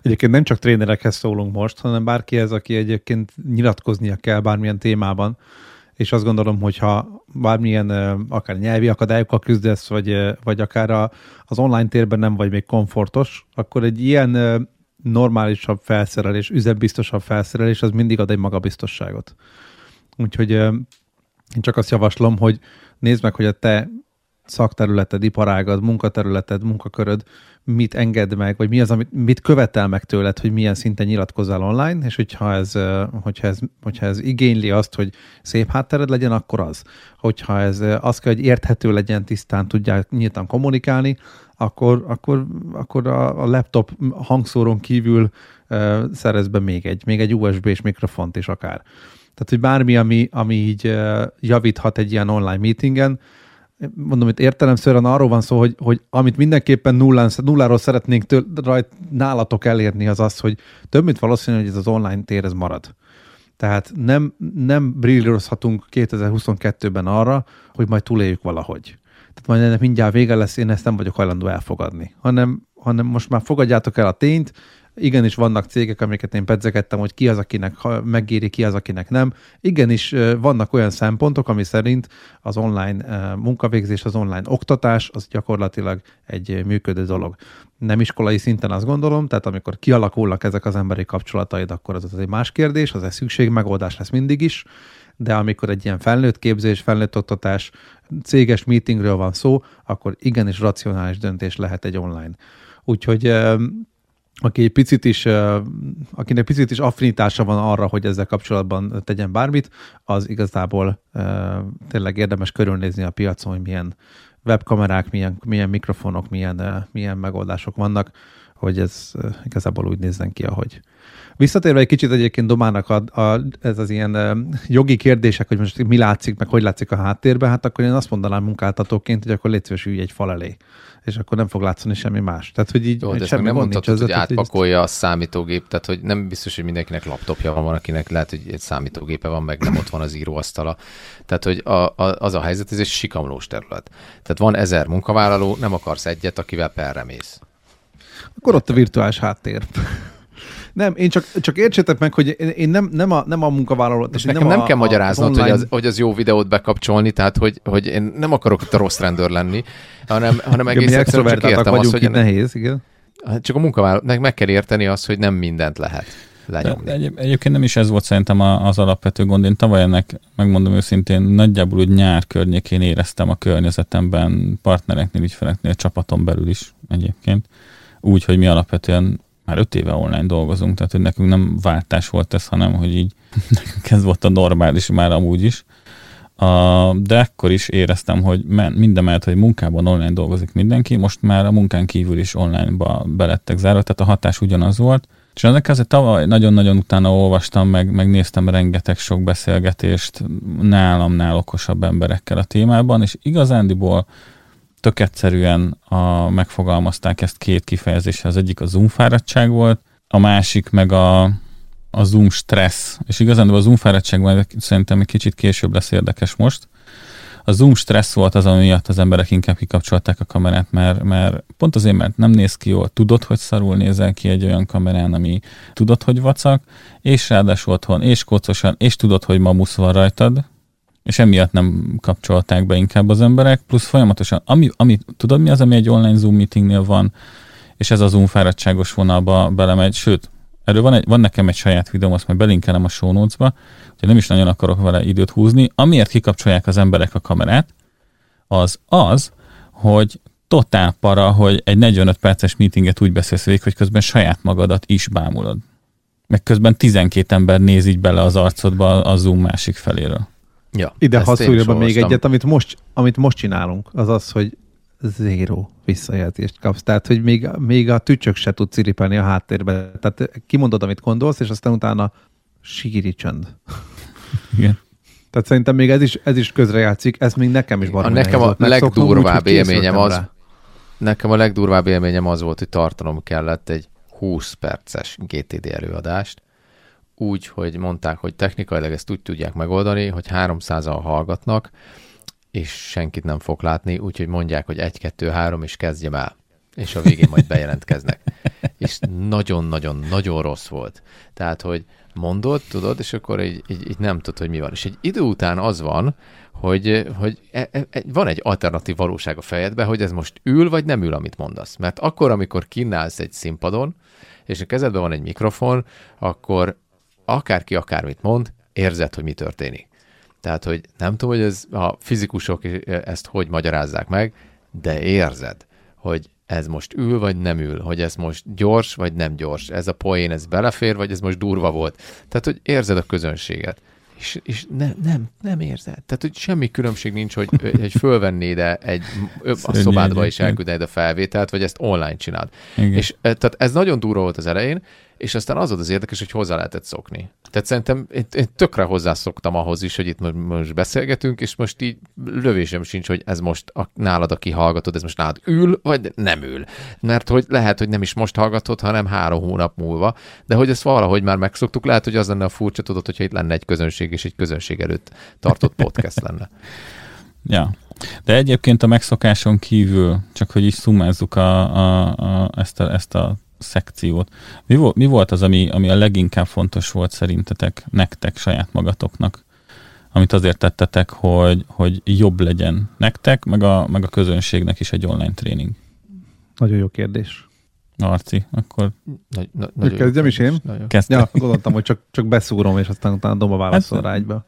Egyébként nem csak trénerekhez szólunk most, hanem bárkihez, aki egyébként nyilatkoznia kell bármilyen témában, és azt gondolom, hogyha bármilyen akár nyelvi akadályokkal küzdesz, vagy, vagy akár a, az online térben nem vagy még komfortos, akkor egy ilyen normálisabb felszerelés, üzembiztosabb felszerelés, az mindig ad egy magabiztosságot. Úgyhogy én csak azt javaslom, hogy nézd meg, hogy a te szakterületed, iparágad, munkaterületed, munkaköröd mit enged meg, vagy mi az, amit, mit követel meg tőled, hogy milyen szinten nyilatkozzál online, és hogyha ez, hogyha ez, hogyha ez igényli azt, hogy szép háttered legyen, akkor az. Hogyha ez az kell, hogy érthető legyen, tisztán tudják nyíltan kommunikálni, akkor, akkor, akkor a, a laptop hangszórón kívül uh, szerez be még egy, még egy u es bé-s mikrofont is akár. Tehát, hogy bármi, ami, ami így uh, javíthat egy ilyen online meetingen, mondom, hogy értelemszerűen arról van szó, hogy, hogy amit mindenképpen nullán, nulláról szeretnénk től, rajt, nálatok elérni, az az, hogy több mint valószínű, hogy ez az online tér ez marad. Tehát nem, nem brillírozhatunk kétezer-huszonkettőben arra, hogy majd túléljük valahogy. Tehát majd ennek mindjárt vége lesz, én ezt nem vagyok hajlandó elfogadni. Hanem, hanem most már fogadjátok el a tényt, igenis vannak cégek, amiket én pedzegettem, hogy ki az, akinek megéri, ki az, akinek nem. Igenis vannak olyan szempontok, ami szerint az online munkavégzés, az online oktatás, az gyakorlatilag egy működő dolog. Nem iskolai szinten azt gondolom, tehát amikor kialakulnak ezek az emberi kapcsolataid, akkor az, az egy más kérdés, az egy szükség, megoldás lesz mindig is, de amikor egy ilyen felnőtt képzés, felnőtt oktatás, céges meetingről van szó, akkor igenis racionális döntés lehet egy online. Úgyhogy aki egy picit is, akinek picit is affinitása van arra, hogy ezzel kapcsolatban tegyen bármit, az igazából tényleg érdemes körülnézni a piacon, hogy milyen webkamerák, milyen, milyen mikrofonok, milyen, milyen megoldások vannak, hogy ez igazából úgy nézzen ki, ahogy. Visszatérve egy kicsit egyébként Domának a, a, ez az ilyen jogi kérdések, hogy most mi látszik, meg hogy látszik a háttérben, hát akkor én azt mondanám munkáltatóként, hogy akkor légy szíves, ülj egy fal elé, és akkor nem fog látszani semmi más. Tehát, hogy így jó, de semmi nem mondhatod, hogy tehát, átpakolja a számítógép, tehát hogy nem biztos, hogy mindenkinek laptopja van, van, akinek lehet, hogy egy számítógépe van, meg nem ott van az íróasztala. Tehát, hogy a, a, az a helyzet, ez egy sikamlós terület. Tehát van ezer munkavállaló, nem akarsz egyet, akivel perre mész. Akkor ott a virtuális háttér. Nem, én csak, csak értsétek meg, hogy én nem, nem, a, nem a munkavállalót. És nekem nem, nem a, kell magyaráznod, online... hogy, az, hogy az jó videót bekapcsolni, tehát hogy, hogy én nem akarok itt a rossz rendőr lenni, hanem, hanem egész igen, egyszerűen csak értem azt, hogy... nehéz, igen. Csak a munkavállalónak meg kell érteni azt, hogy nem mindent lehet lenyomni. Egy, egyébként nem is ez volt szerintem az alapvető gond. Én tavaly ennek, megmondom őszintén, nagyjából úgy nyár környékén éreztem a környezetemben, partnereknél, ügyfeleknél, csapaton belül is egyébként. Úgy, hogy mi alapvetően már öt éve online dolgozunk, tehát hogy nekünk nem váltás volt ez, hanem hogy így nekünk ez volt a normális már amúgy is. Uh, de ekkor is éreztem, hogy mindemellett, hogy munkában online dolgozik mindenki, most már a munkán kívül is online-ba belettek zárva, tehát a hatás ugyanaz volt. És ennek azért tavaly nagyon-nagyon utána olvastam, meg, meg néztem rengeteg sok beszélgetést nálamnál okosabb emberekkel a témában, és igazándiból tök egyszerűen a, megfogalmazták ezt két kifejezéssel. Az egyik a Zoom fáradtság volt, a másik meg a, a Zoom stressz. És igazán a Zoom fáradtság majd szerintem egy kicsit később lesz érdekes most. A Zoom stressz volt az, ami miatt az emberek inkább kikapcsolták a kamerát, mert, mert pont azért, mert nem néz ki jól, tudod, hogy szarul nézel ki egy olyan kamerán, ami tudod, hogy vacak, és ráadásul otthon, és kocosan, és tudod, hogy mamusz van rajtad, és emiatt nem kapcsolták be inkább az emberek, plusz folyamatosan, ami, ami, tudod mi az, ami egy online Zoom meetingnél van, és ez a Zoom fáradtságos vonalba belemegy, sőt, erről van, egy, van nekem egy saját videóm, azt majd belinkelem a show notes-ba, hogy nem is nagyon akarok vele időt húzni. Amiért kikapcsolják az emberek a kamerát, az az, hogy totál para, hogy egy negyvenöt perces meetinget úgy beszélsz végig, hogy közben saját magadat is bámulod. Meg közben tizenkét ember néz így bele az arcodba a Zoom másik feléről. Ja, ide haszulja be még egyet, amit most, amit most csinálunk, az az, hogy zéró visszajelzést kapsz. Tehát, hogy még, még a tücsök se tud ciripelni a háttérbe. Tehát kimondod, amit gondolsz, és aztán utána síri csönd. Igen. Tehát szerintem még ez is, ez is közrejátszik, ez még nekem is baromi nekem a legdurvább élményem az, rá. nekem a legdurvább élményem az volt, hogy tartanom kellett egy húsz perces gé té dé előadást, úgy, hogy mondták, hogy technikailag ezt úgy tudják megoldani, hogy háromszázan hallgatnak, és senkit nem fog látni, úgyhogy mondják, hogy egy, kettő, három, és kezdjem el. és a végén majd bejelentkeznek. És nagyon-nagyon-nagyon rossz volt. Tehát, hogy mondod, tudod, és akkor így, így, így nem tudod, hogy mi van. És egy idő után az van, hogy, hogy e, e, van egy alternatív valóság a fejedben, hogy ez most ül, vagy nem ül, amit mondasz. Mert akkor, amikor kínálsz egy színpadon, és a kezedben van egy mikrofon, akkor akárki akármit mond, érzed, hogy mi történik. Tehát, hogy nem tudom, hogy ez, a fizikusok ezt hogy magyarázzák meg, de érzed, hogy ez most ül, vagy nem ül, hogy ez most gyors, vagy nem gyors, ez a poén, ez belefér, vagy ez most durva volt. Tehát, hogy érzed a közönséget. És, és ne, nem, nem érzed. Tehát, hogy semmi különbség nincs, hogy, hogy fölvennéd egy, a szobádba és elkülded a felvételt, vagy ezt online csináld. Igen. És tehát ez nagyon durva volt az elején, és aztán az volt az érdekes, hogy hozzá lehetett szokni. Tehát szerintem én, én tökre hozzászoktam ahhoz is, hogy itt most, most beszélgetünk, és most így lövésem sincs, hogy ez most a, nálad, aki hallgatod, ez most nálad ül, vagy nem ül. Mert hogy lehet, hogy nem is most hallgatod, hanem három hónap múlva, de hogy ezt valahogy már megszoktuk, lehet, hogy az lenne a furcsa, tudod, hogyha itt lenne egy közönség, és egy közönség előtt tartott podcast lenne. Ja. De egyébként a megszokáson kívül, csak hogy is szummázzuk a, a, a, ezt, a, ezt a szekciót. Mi volt, mi volt az, ami, ami a leginkább fontos volt szerintetek, nektek, saját magatoknak, amit azért tettetek, hogy, hogy jobb legyen nektek, meg a, meg a közönségnek is egy online tréning? Nagyon jó kérdés. Marci, akkor... Nagy, na, nagyon kezdjem is én? Kezdtem. Ja, gondoltam, hogy csak, csak beszúrom, és aztán utána Doma válaszol hát, rá egybe.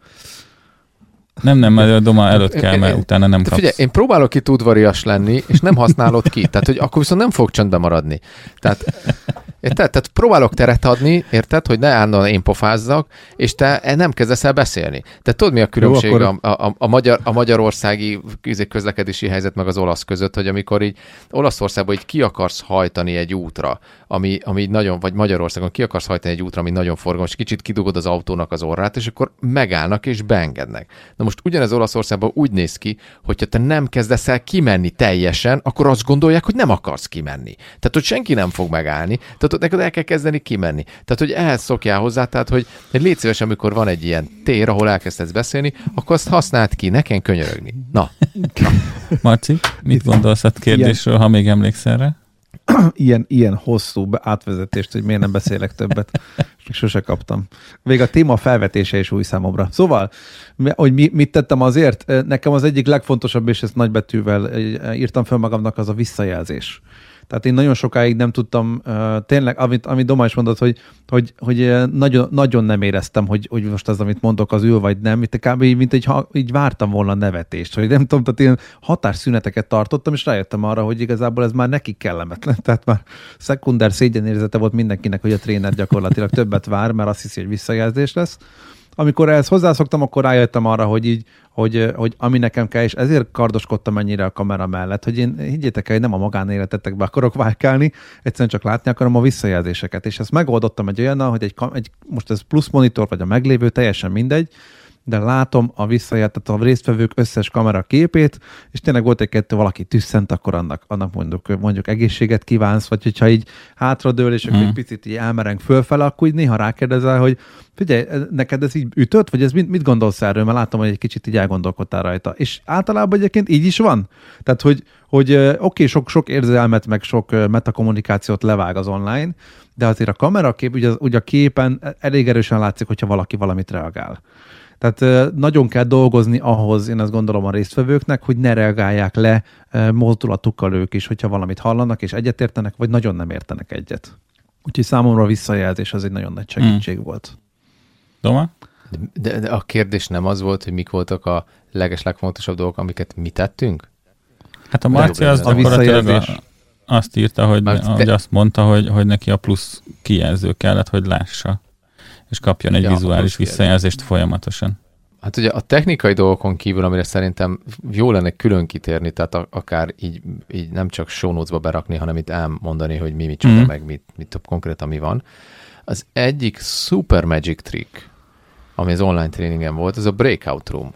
Nem, nem, mert a Doma előtt kell, mert utána nem kapsz. Figyelj, én próbálok itt udvarias lenni, és nem használod ki. Tehát, hogy akkor viszont nem fog csöndbe maradni. Tehát, érted? Tehát próbálok teret adni, érted, hogy ne állandóan én pofázzak, és te nem kezdesz el beszélni. Tehát tudod, mi a különbség Jó, akkor... a, a, a, magyar, a magyarországi közlekedési helyzet meg az olasz között, hogy amikor így Olaszországban így ki akarsz hajtani egy útra, ami, ami nagyon, vagy Magyarországon ki akarsz hajtani egy útra, ami nagyon forgalmas, kicsit kidugod az autónak az orrát, és akkor megállnak és beengednek. Na most ugyanez Olaszországban úgy néz ki, hogyha te nem kezdesz el kimenni teljesen, akkor azt gondolják, hogy nem akarsz kimenni. Tehát, hogy senki nem fog megállni, tehát ott neked el kell kezdeni kimenni. Tehát, hogy ehhez szokjál hozzá, tehát, hogy légy szíves, amikor van egy ilyen tér, ahol elkezdesz beszélni, akkor azt használd ki, ne kell könyörögni. Na. Na. Marci, mit gondolsz a kérdésről, ilyen, ha még emlékszel rá? Ilyen, ilyen hosszú átvezetést, hogy miért nem beszélek többet. Még sose kaptam. Még a téma felvetése is új számomra. Szóval, hogy mi, mit tettem azért? Nekem az egyik legfontosabb, és ezt nagybetűvel írtam fel magamnak, az a visszajelzés. Tehát én nagyon sokáig nem tudtam, uh, tényleg, amit, amit Doma is mondott, hogy, hogy, hogy nagyon, nagyon nem éreztem, hogy, hogy most az, amit mondok, az ül vagy nem. Itt kb. Mint egy, ha, így vártam volna nevetést, hogy nem tudom, tehát ilyen határszüneteket tartottam, és rájöttem arra, hogy igazából ez már nekik kellemetlen. Tehát már szekunder szégyenérzete volt mindenkinek, hogy a tréner gyakorlatilag többet vár, mert azt hiszi, hogy visszajelzés lesz. Amikor ehhez hozzászoktam, akkor rájöttem arra, hogy így, hogy, hogy ami nekem kell, és ezért kardoskodtam ennyire a kamera mellett, hogy én higgyétek el, hogy nem a magánéletetekbe akarok vájkálni, egyszerűen csak látni akarom a visszajelzéseket. És ezt megoldottam egy olyannal, hogy egy, egy, most ez plusz monitor, vagy a meglévő, teljesen mindegy, de látom a visszajelzett a résztvevők összes kamera képét, és tényleg volt egy-kettő, valaki tüsszent, akkor annak, annak mondjuk, mondjuk egészséget kívánsz, vagy hogyha így hátradől, és akkor mm. egy picit így elmereng fölfele, akkor így néha rákérdezel, hogy figyelj, neked ez így ütött, vagy ez mit, mit gondolsz erről, mert látom, hogy egy kicsit így elgondolkodtál rajta. És általában egyébként így is van. Tehát, hogy, hogy oké, okay, sok, sok érzelmet, meg sok metakommunikációt levág az online, de azért a kamerakép, ugye, ugye a képen elég erősen látszik, hogyha valaki valamit reagál. Tehát nagyon kell dolgozni ahhoz, én azt gondolom a résztvevőknek, hogy ne reagálják le mozdulatukkal ők is, hogyha valamit hallanak és egyetértenek, vagy nagyon nem értenek egyet. Úgyhogy számomra a visszajelzés az egy nagyon nagy segítség mm. volt. Doma? De, de a kérdés nem az volt, hogy mik voltak a leges-legfontosabb dolgok, amiket mi tettünk? Hát a Marci az a visszajelzés. Azt írta, hogy, Marci, hogy de... azt mondta, hogy, hogy neki a plusz kijelző kellett, hogy lássa, és kapjon egy ja, vizuális visszajelzést folyamatosan. Hát ugye a technikai dolgokon kívül, amire szerintem jó lenne külön kitérni, tehát a, akár így, így nem csak show notes-ba berakni, hanem itt elmondani, hogy mi micsoda, mm. meg mit, mit konkrétan mi van. Az egyik super magic trick, ami az online tréningen volt, az a breakout room.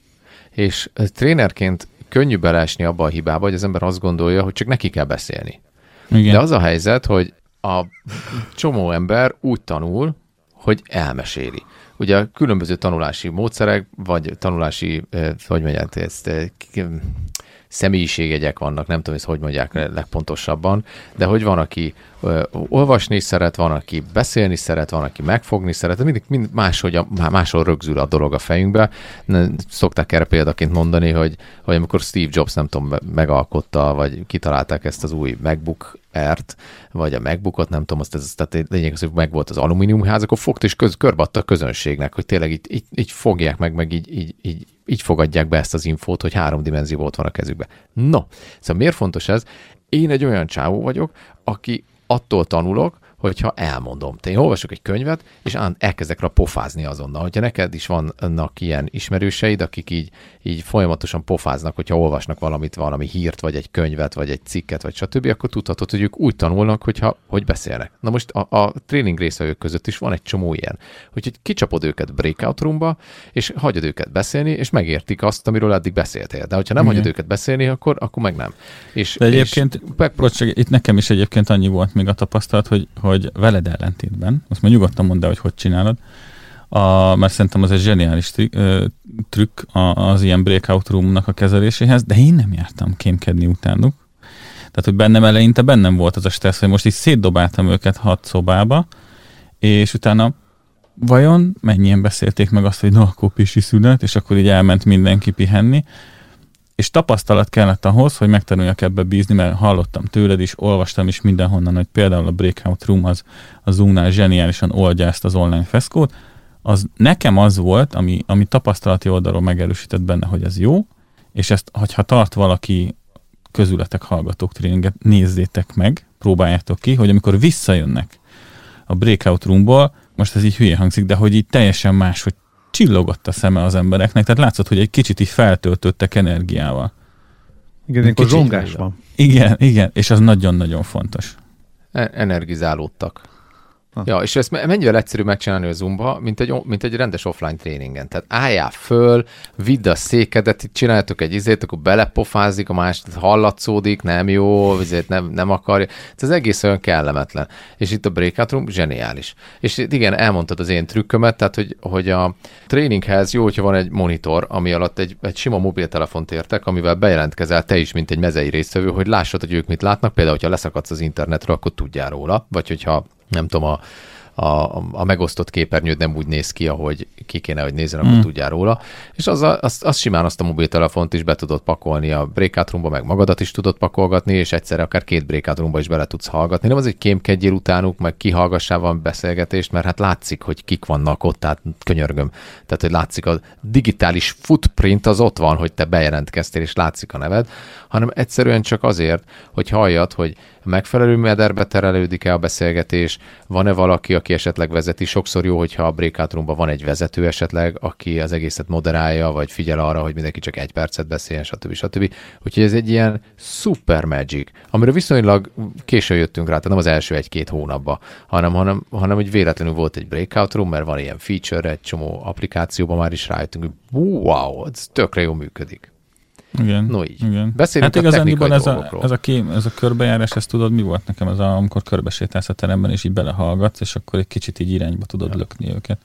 És trénerként könnyű beleesni abba a hibába, hogy az ember azt gondolja, hogy csak neki kell beszélni. Igen. De az a helyzet, hogy a csomó ember úgy tanul, hogy elmeséli. Ugye a különböző tanulási módszerek, vagy tanulási, hogy mondják, ezt személyiségjegyek vannak, nem tudom, ezt hogy mondják legpontosabban, de hogy van, aki ö, olvasni szeret, van, aki beszélni szeret, van, aki megfogni szeret, mindig mind máshogy, máshol rögzül a dolog a fejünkbe. Szokták erre példaként mondani, hogy, hogy amikor Steve Jobs, nem tudom, megalkotta, vagy kitalálták ezt az új MacBook Air-t, vagy a MacBookot, nem tudom, azt ez, tehát lényeg az, hogy meg volt az alumíniumház, akkor fogta és köz, körbeadta a közönségnek, hogy tényleg így, így, így fogják meg, meg így, így, így, így fogadják be ezt az infót, hogy három dimenzió ott van a kezükbe. No, szóval miért fontos ez? Én egy olyan csávó vagyok, aki attól tanulok, hogyha elmondom. Te én olvasok egy könyvet, és elkezdek rá pofázni azonnal. Hogyha neked is vannak ilyen ismerőseid, akik így, így folyamatosan pofáznak, hogyha olvasnak valamit, valami hírt, vagy egy könyvet, vagy egy cikket, vagy stb., akkor tudhatod, hogy ők úgy tanulnak, hogyha, hogy beszélnek. Na most a, a tréning részvevők között is van egy csomó ilyen. Úgyhogy kicsapod őket breakout roomba, és hagyod őket beszélni, és megértik azt, amiről eddig beszéltél. De hogyha nem hagyod őket beszélni, akkor, akkor meg nem. És, De egyébként, és... bocs, itt nekem is egyébként annyi volt még a tapasztalat, hogy hogy veled ellentétben, azt már nyugodtan mondd el, hogy hogy csinálod, a, mert szerintem az egy zseniális trükk az ilyen breakout roomnak a kezeléséhez, de én nem jártam kémkedni utánuk. Tehát, hogy bennem eleinte bennem volt az a stressz, hogy most így szétdobáltam őket hat szobába, és utána vajon mennyien beszélték meg azt, hogy na, akkor pisi szünet, és akkor így elment mindenki pihenni, és tapasztalat kellett ahhoz, hogy megtanuljak ebbe bízni, mert hallottam tőled is, olvastam is mindenhonnan, hogy például a Breakout Room az a Zoom-nál zseniálisan oldja ezt az online feszkót. Az nekem az volt, ami, ami tapasztalati oldalról megerősített benne, hogy ez jó, és ezt, hogyha tart valaki közületek, hallgatók tréninget, nézzétek meg, próbáljátok ki, hogy amikor visszajönnek a Breakout Roomból, most ez így hülye hangzik, de hogy így teljesen más, hogy csillogott a szeme az embereknek, tehát látszott, hogy egy kicsit így feltöltöttek energiával. Igen, akkor zsongás van. Igen, igen, és az nagyon-nagyon fontos. Energizálódtak. Ha. Ja, és ezt mennyivel egyszerű megcsinálni a Zoomba, mint egy, mint egy rendes offline tréningen. Tehát álljál föl, vidd a székedet, itt csináljátok egy izét, akkor belepofázik, a más hallatszódik, nem jó, ezért nem, nem akarja. Ez az egész olyan kellemetlen. És itt a Breakout Room zseniális. És igen, elmondtad az én trükkömet, tehát hogy, hogy a tréninghez jó, hogyha van egy monitor, ami alatt egy, egy sima mobiltelefont értek, amivel bejelentkezel te is, mint egy mezei résztvevő, hogy lássad, hogy ők mit látnak. Például, hogyha leszakadsz az internetről, akkor tudjál róla, vagy hogyha nem tudom, a, a, a megosztott képernyőd nem úgy néz ki, ahogy ki kéne, hogy nézzen, akkor mm. tudjál róla. És az, az, az simán azt a mobiltelefont is be tudod pakolni a breakout roomba, meg magadat is tudod pakolgatni, és egyszerre akár két breakout roomba is bele tudsz hallgatni. Nem az, hogy kémkedjél utánuk, meg kihallgassál van beszélgetést, mert hát látszik, hogy kik vannak ott, tehát könyörgöm. Tehát, hogy látszik a digitális footprint az ott van, hogy te bejelentkeztél, és látszik a neved, hanem egyszerűen csak azért, hogy halljad, hogy megfelelő mederbe terelődik-e a beszélgetés, van-e valaki, aki esetleg vezeti. Sokszor jó, hogyha a breakout roomban van egy vezető esetleg, aki az egészet moderálja, vagy figyel arra, hogy mindenki csak egy percet beszéljen, stb. stb. Úgyhogy ez egy ilyen super magic, amire viszonylag későn jöttünk rá, tehát nem az első egy-két hónapban, hanem, hanem, hanem hogy véletlenül volt egy breakout room, mert van ilyen feature, egy csomó applikációban már is rájöttünk, hogy wow, ez tökre jól működik. Igen, no így. Igen. Beszélünk hát a technikai ez dolgokról. A, ez, a kém, ez a körbejárás, ezt tudod, mi volt nekem? Ez a, amikor körbesétálsz a teremben, és így belehallgatsz, és akkor egy kicsit így irányba tudod ja. lökni őket.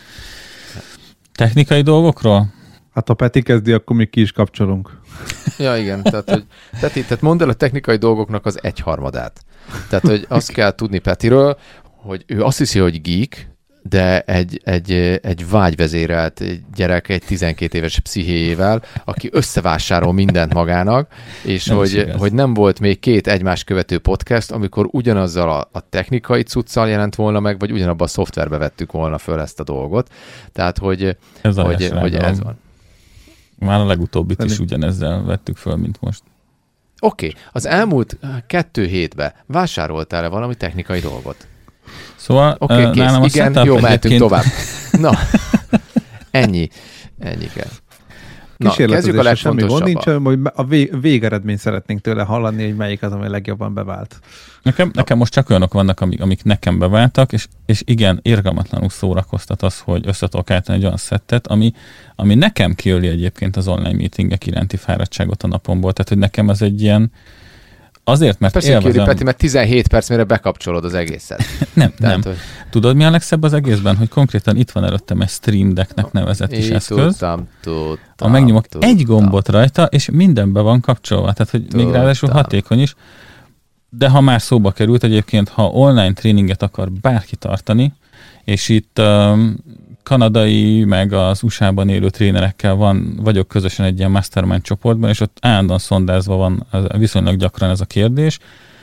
Technikai dolgokról? Hát ha Peti kezdi, akkor még ki is kapcsolunk. Ja, igen. Tehát, hogy, Peti, tehát mondd el a technikai dolgoknak az egyharmadát. Tehát, hogy azt kell tudni Petiről, hogy ő azt hiszi, hogy geek, de egy, egy, egy vágyvezérelt gyerek, egy tizenkét éves pszichéjével, aki összevásárol mindent magának, és nem hogy, hogy nem volt még két egymás követő podcast, amikor ugyanazzal a, a technikai cuccal jelent volna meg, vagy ugyanabban a szoftverbe vettük volna föl ezt a dolgot. Tehát, hogy ez, hogy, hogy ez van. Már a legutóbbit is ugyanezzel vettük föl, mint most. Oké, okay. Az elmúlt kettő hétben vásároltál-e valami technikai dolgot? Szóval okay, uh, nálam a igen, jó, mehetünk tovább. Na, ennyi. Ennyi kell. Na, kezdjük a legfontosabbat. Hogy a végeredményt szeretnénk tőle hallani, hogy melyik az, ami legjobban bevált. Nekem, nekem most csak olyanok vannak, amik, amik nekem beváltak, és, és igen, irgalmatlanul szórakoztat az, hogy össze tudok állítani egy olyan szettet, ami, ami nekem kiöli egyébként az online meetingek iránti fáradtságot a napomból. Tehát, hogy nekem ez egy ilyen azért, mert persze élvezem... Persze Peti, mert tizenhét perc mire bekapcsolod az egészet. nem, Tehát, nem. hogy... Tudod, mi a legszebb az egészben? Hogy konkrétan itt van előttem egy Stream Decknek nevezett is eszköz. Tudtam, tudtam. Ha megnyomok tudtam. egy gombot rajta, és mindenbe van kapcsolva. Tehát, hogy tudtam. Még ráadásul hatékony is. De ha már szóba került egyébként, ha online tréninget akar bárki tartani, és itt um, kanadai, meg az u es á-ban élő trénerekkel van, vagyok közösen egy ilyen mastermind csoportban, és ott állandóan szondázva van viszonylag gyakran ez a kérdés,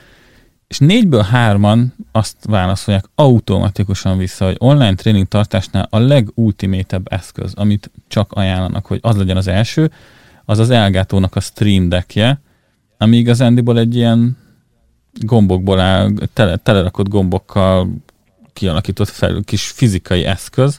és négyből hárman azt válaszolják automatikusan vissza, hogy online tréning tartásnál a legultimétebb eszköz, amit csak ajánlanak, hogy az legyen az első, az az Elgatónak a Stream Deckje, ami igazándiból egy ilyen gombokból áll, tele, telerakott gombokkal kialakított fel, kis fizikai eszköz,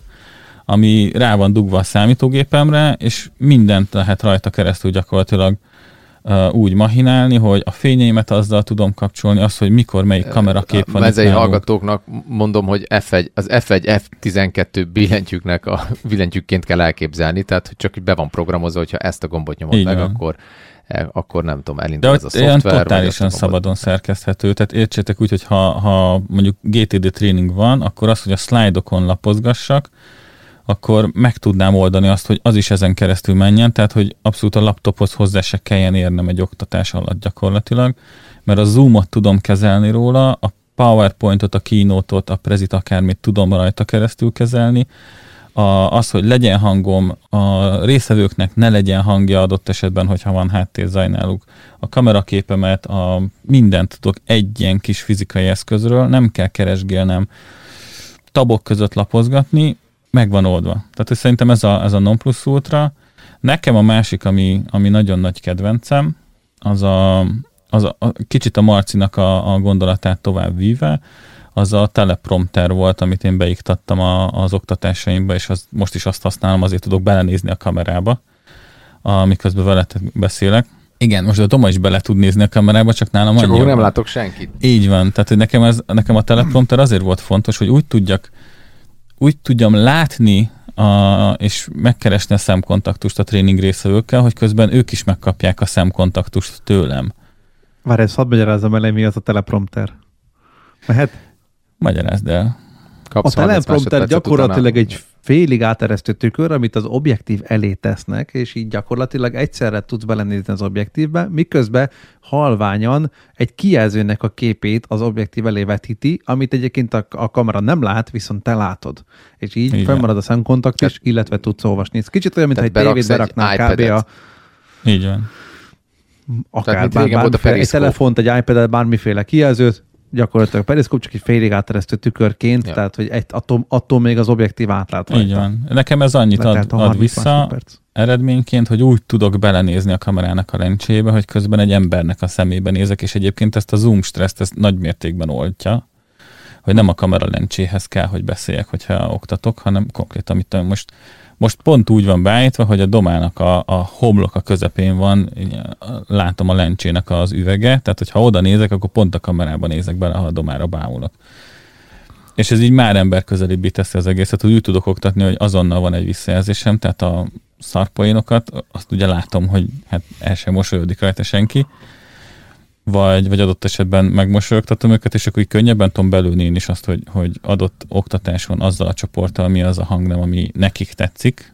ami rá van dugva a számítógépemre, és mindent lehet rajta keresztül gyakorlatilag uh, úgy machinálni, hogy a fényeimet azzal tudom kapcsolni, az, hogy mikor melyik kamerakép van. A mezei hallgatóknak mondom, hogy F egy, az F egy F tizenkettő billentyűknek a billentyűként kell elképzelni, tehát hogy csak be van programozva, hogyha ezt a gombot nyomod így meg, van. akkor akkor nem tudom, elindul de ez a szoftver. De olyan totálisan szabadon szerkeszthető, tehát értsétek úgy, hogy ha, ha mondjuk gé té dé tréning van, akkor az, hogy a szlájdokon lapozgassak, akkor meg tudnám oldani azt, hogy az is ezen keresztül menjen, tehát hogy abszolút a laptophoz hozzá se kelljen érnem egy oktatás alatt gyakorlatilag, mert a Zoomot tudom kezelni róla, a PowerPointot, a Keynote-ot, a Prezit, akármit tudom rajta keresztül kezelni, A, az, hogy legyen hangom, a részvevőknek ne legyen hangja adott esetben, hogyha van háttérzaj náluk, a kameraképemet, a mindent tudok egy ilyen kis fizikai eszközről, nem kell keresgélnem, tabok között lapozgatni, meg van oldva. Tehát hogy szerintem ez a, ez a non plus ultra. Nekem a másik, ami, ami nagyon nagy kedvencem, az a, az a, a kicsit a Marcinak a, a gondolatát tovább víve, az a teleprompter volt, amit én beiktattam a, az oktatásaimba, és az, most is azt használom, azért tudok belenézni a kamerába, amiközben veletek beszélek. Igen, most a Toma is bele tud nézni a kamerába, csak nálam csak annyi. Csak nem látok senkit. Így van, tehát hogy nekem, ez, nekem a teleprompter azért volt fontos, hogy úgy tudjak, úgy tudjam látni a, és megkeresni a szemkontaktust a tréning részvevőkkel, hogy közben ők is megkapják a szemkontaktust tőlem. Várj, ezt hadd magyarázzam el, mi az a teleprompter. Mehet? Magyarázd el. Kapsz a teleprompter gyakorlatilag egy félig áteresztő tükör, amit az objektív elé tesznek, és így gyakorlatilag egyszerre tudsz belenézni az objektívbe, miközben halványan egy kijelzőnek a képét az objektív elé vetíti, amit egyébként a, a kamera nem lát, viszont te látod. És így igen. Fennmarad a szemkontaktus, illetve tudsz olvasni. Ez kicsit olyan, mintha egy tévét beraknál kb. A... Így van. Akár bár, bármiféle, egy telefont, egy iPad-et, bármiféle kijelzőt, gyakorlatilag periszkóp csak egy félig áteresztő tükörként, ja. Tehát hogy egy, attól, attól még az objektív átlát rajta. Így van. Nekem ez annyit ad, ad vissza eredményként, hogy úgy tudok belenézni a kamerának a lencsébe, hogy közben egy embernek a szemébe nézek, és egyébként ezt a zoom stresszt ezt nagy mértékben oldja, hogy nem a kamera lencséhez kell, hogy beszéljek, hogyha oktatok, hanem konkrétan, amit most Most pont úgy van beállítva, hogy a domának a, a homlok a közepén van, látom a lencsének az üvege, tehát hogyha oda nézek, akkor pont a kamerában nézek bele, ha a domára bámulok. És ez így már emberközelibbé teszi az egészet, hogy úgy tudok oktatni, hogy azonnal van egy visszajelzésem, tehát a szarpoénokat, azt ugye látom, hogy hát el sem mosolyodik rajta senki, vagy, vagy adott esetben megmosolyogtatom őket, és akkor így könnyebben tudom belülni én is azt, hogy, hogy adott oktatáson azzal a csoporttal mi az a hangnem, ami nekik tetszik,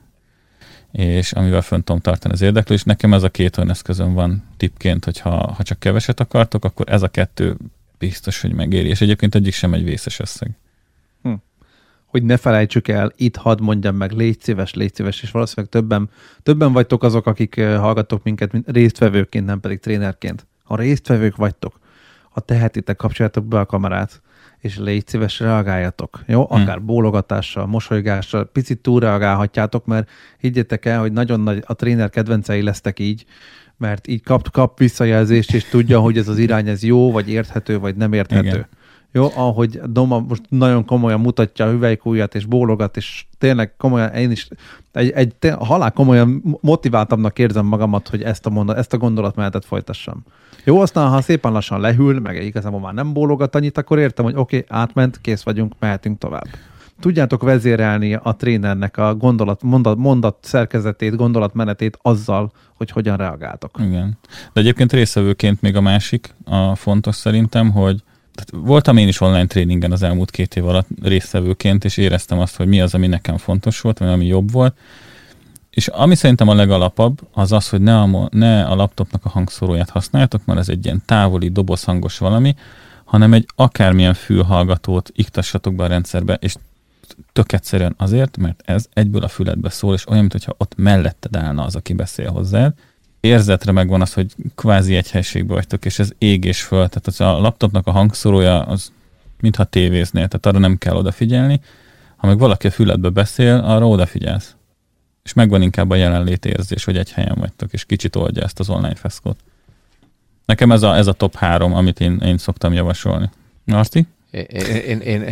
és amivel fönn tudom tartani az érdeklést. Nekem ez a két olyan eszközön van tippként, hogy ha, ha csak keveset akartok, akkor ez a kettő biztos, hogy megéri, és egyébként egyik sem egy vészes összeg. Hm. Hogy ne felejtsük el, itt hadd mondjam meg, légy szíves, légy szíves, és valószínűleg többen, többen vagytok azok, akik hallgattok minket résztvevőként, nem pedig trénerként. Ha résztvevők vagytok, ha tehetitek, kapcsoljátok be a kamerát, és légy szíves, reagáljatok. Jó? Akár hmm. bólogatással, mosolygással, picit túlreagálhatjátok, mert higgyétek el, hogy nagyon nagy a tréner kedvencei lesztek így, mert így kap, kap visszajelzést, és tudja, hogy ez az irány ez jó, vagy érthető, vagy nem érthető. Igen. Jó, ahogy Doma most nagyon komolyan mutatja a hüvelykújját, és bólogat, és tényleg komolyan, én is egy, egy halál komolyan motiváltabbnak érzem magamat, hogy ezt a, mondat, ezt a gondolatmenetet folytassam. Jó, aztán ha szépen lassan lehűl, meg igazából már nem bólogat annyit, akkor értem, hogy oké, okay, átment, kész vagyunk, mehetünk tovább. tudjátok vezérelni a trénernek a gondolat, mondat, mondat szerkezetét, gondolatmenetét azzal, hogy hogyan reagáltok. Igen. De egyébként részvevőként még a másik, a fontos szerintem, hogy tehát voltam én is online tréningen az elmúlt két év alatt résztvevőként, és éreztem azt, hogy mi az, ami nekem fontos volt, vagy ami jobb volt. És ami szerintem a legalapabb, az az, hogy ne a, ne a laptopnak a hangszóróját használjátok, mert ez egy ilyen távoli, dobozhangos valami, hanem egy akármilyen fülhallgatót iktassatok be a rendszerbe, és tök egyszerűen azért, mert ez egyből a füledbe szól, és olyan, mintha ott melletted állna az, aki beszél hozzád. Érzetre megvan az, hogy kvázi egy helységben vagytok, és ez ég és föl. Tehát a laptopnak a hangszórója az mintha tévéznél, tehát arra nem kell odafigyelni. Ha meg valaki a füledbe beszél, arra odafigyelsz. És megvan inkább a jelenlét érzés, hogy egy helyen vagytok, és kicsit oldja ezt az online feszkót. Nekem ez a, ez a top három, amit én, én szoktam javasolni. Marci? Én, én, én,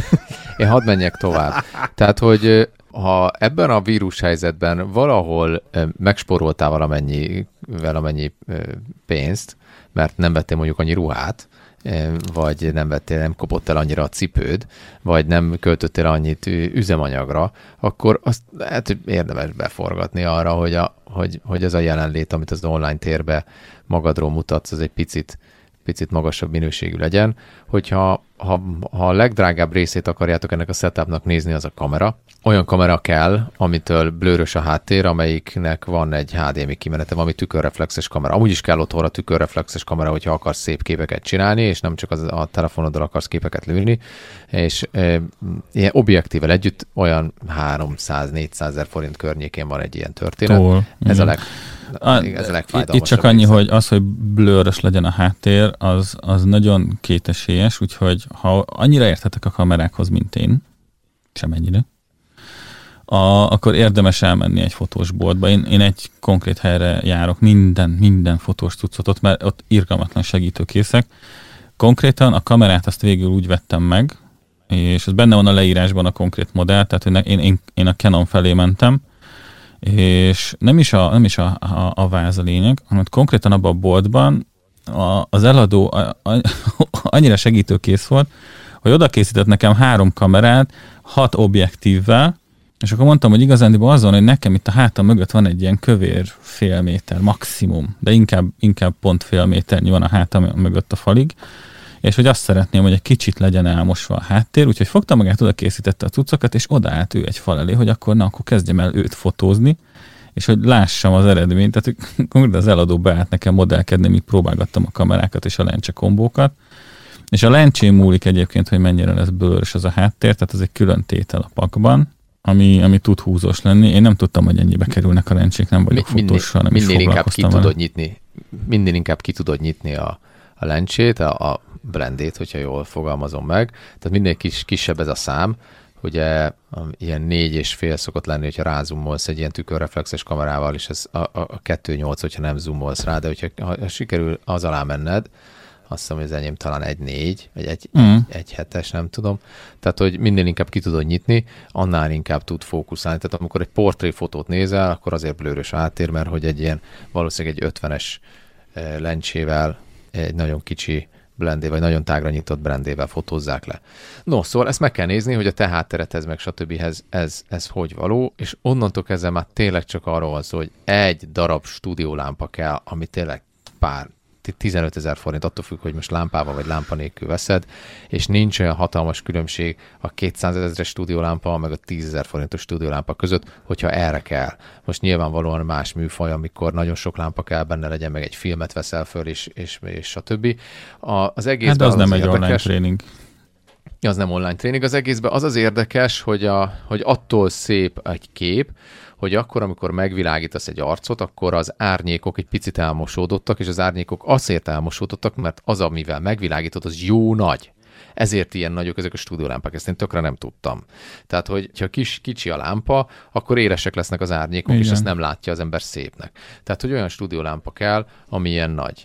én hadd menjek tovább. Tehát, hogy ha ebben a vírushelyzetben valahol megspóroltál valamennyi, valamennyi pénzt, mert nem vettél mondjuk annyi ruhát, vagy nem vettél, nem kopott el annyira a cipőd, vagy nem költöttél annyit üzemanyagra, akkor azt lehet, hogy érdemes beforgatni arra, hogy, a, hogy, hogy ez a jelenlét, amit az online térbe magadról mutatsz, az egy picit, picit magasabb minőségű legyen. Hogyha ha, ha a legdrágább részét akarjátok ennek a setupnak nézni, az a kamera. Olyan kamera kell, amitől blőrös a háttér, amelyiknek van egy há dé em i kimenete, valami tükörreflexes kamera. Amúgy is kell otthonra tükörreflexes kamera, hogyha akarsz szép képeket csinálni, és nem csak az, a telefonoddal akarsz képeket lőni, és e, ilyen objektível együtt olyan háromszáz-négyszázezer forint környékén van egy ilyen történet. Tól, ez, a leg, a, ez a legfájdalmasabb. Itt csak annyi, hogy az, hogy blőrös legyen a háttér, az, az nagyon kétesélyes, úgyhogy ha annyira érthetek a kamerákhoz, mint én, semennyire, A, akkor érdemes elmenni egy fotós boltba. Én, én egy konkrét helyre járok, minden, minden fotós cuccot ott, mert ott irgalmatlan segítőkészek. Konkrétan a kamerát azt végül úgy vettem meg, és ez benne van a leírásban a konkrét modell, tehát hogy én, én, én a Canon felé mentem, és nem is a, nem is a, a, a váz a lényeg, hanem konkrétan abban a boltban a, az eladó a, a, annyira segítőkész volt, hogy oda készített nekem három kamerát, hat objektívvel, és akkor mondtam, hogy igazándiból azon, hogy nekem itt a hátam mögött van egy ilyen kövér fél méter maximum, de inkább, inkább pont fél méternyi van a hátam mögött a falig, és hogy azt szeretném, hogy egy kicsit legyen elmosva a háttér, úgyhogy fogta magát, oda készítette a cuccokat, és odaállt ő egy fal elé, hogy akkor na, akkor kezdjem el őt fotózni, és hogy lássam az eredményt. Tehát konkrétan az eladó beállt nekem modellkedni, míg próbálgattam a kamerákat és a lencse kombókat. És a lencsén múlik egyébként, hogy mennyire lesz blőrös az a háttér, tehát ez egy külön tétel a pakban, ami, ami tud húzós lenni. Én nem tudtam, hogy ennyibe kerülnek a lencsék, nem vagyok Mi, fotóssal, nem minél is inkább ki foglalkoztam tudod nyitni, Minél inkább ki tudod nyitni a, a lencsét, a, a blendét, hogyha jól fogalmazom meg. Tehát minél kis, kisebb ez a szám, ugye ilyen négy és fél szokott lenni, hogyha rázumolsz egy ilyen tükörreflexes kamerával, és ez a, a, a kettő nyolc, hogyha nem zoomolsz rá, de hogyha ha, ha sikerül az alá menned, azt hiszem, hogy az enyém talán egy négy, vagy egy, mm. egy, egy hetes, nem tudom. Tehát, hogy minél inkább ki tudod nyitni, annál inkább tud fókuszálni. Tehát amikor egy portréfotót nézel, akkor azért blőrös áttér, mert hogy egy ilyen valószínűleg egy ötvenes lencsével egy nagyon kicsi blendé, vagy nagyon tágra nyitott blendével fotózzák le. No, szóval ezt meg kell nézni, hogy a te hátteredhez, meg stb. Ez, ez, ez hogy való, és onnantól kezdve már tényleg csak arról van szó, hogy egy darab stúdiólámpa kell, ami tényleg pár tizenötezer forint, attól függ, hogy most lámpával vagy lámpa nélkül veszed, és nincs olyan hatalmas különbség a kétszázezres stúdiólámpa, meg a tízezer forintos stúdiólámpa között, hogyha erre kell. Most nyilvánvalóan más műfaj, amikor nagyon sok lámpa kell benne legyen, meg egy filmet veszel föl, és, és, és stb. A, az egészben hát az, az nem az egy érdekes, online tréning. Az nem online tréning. Az egészben az az érdekes, hogy, a, hogy attól szép egy kép, hogy akkor, amikor megvilágítasz egy arcot, akkor az árnyékok egy picit elmosódottak, és az árnyékok azért elmosódottak, mert az, amivel megvilágítod, az jó nagy. Ezért ilyen nagyok ezek a stúdiólámpák, ezt én tökre nem tudtam. Tehát, hogy ha kis, kicsi a lámpa, akkor éresek lesznek az árnyékok, igen, és ezt nem látja az ember szépnek. Tehát, hogy olyan stúdiólámpa kell, ami ilyen nagy.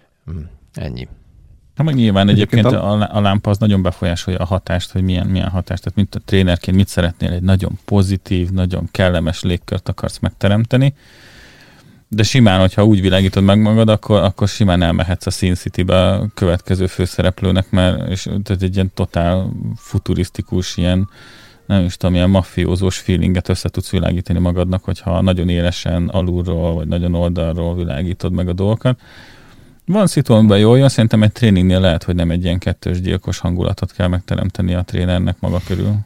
Ennyi. Ha meg nyilván egyébként a, a lámpa az nagyon befolyásolja a hatást, hogy milyen, milyen hatást, tehát mint a trénerként mit szeretnél, egy nagyon pozitív, nagyon kellemes légkört akarsz megteremteni, de simán, hogyha úgy világítod meg magad, akkor, akkor simán elmehetsz a Sin City-be a következő főszereplőnek, mert és, tehát egy ilyen totál futurisztikus, ilyen nem is tudom, ilyen mafiózós feelinget össze tudsz világítani magadnak, hogyha nagyon élesen alulról, vagy nagyon oldalról világítod meg a dolgokat. Van szituációban jól jön, szerintem egy tréningnél lehet, hogy nem egy ilyen kettős gyilkos hangulatot kell megteremteni a trénernek maga körül.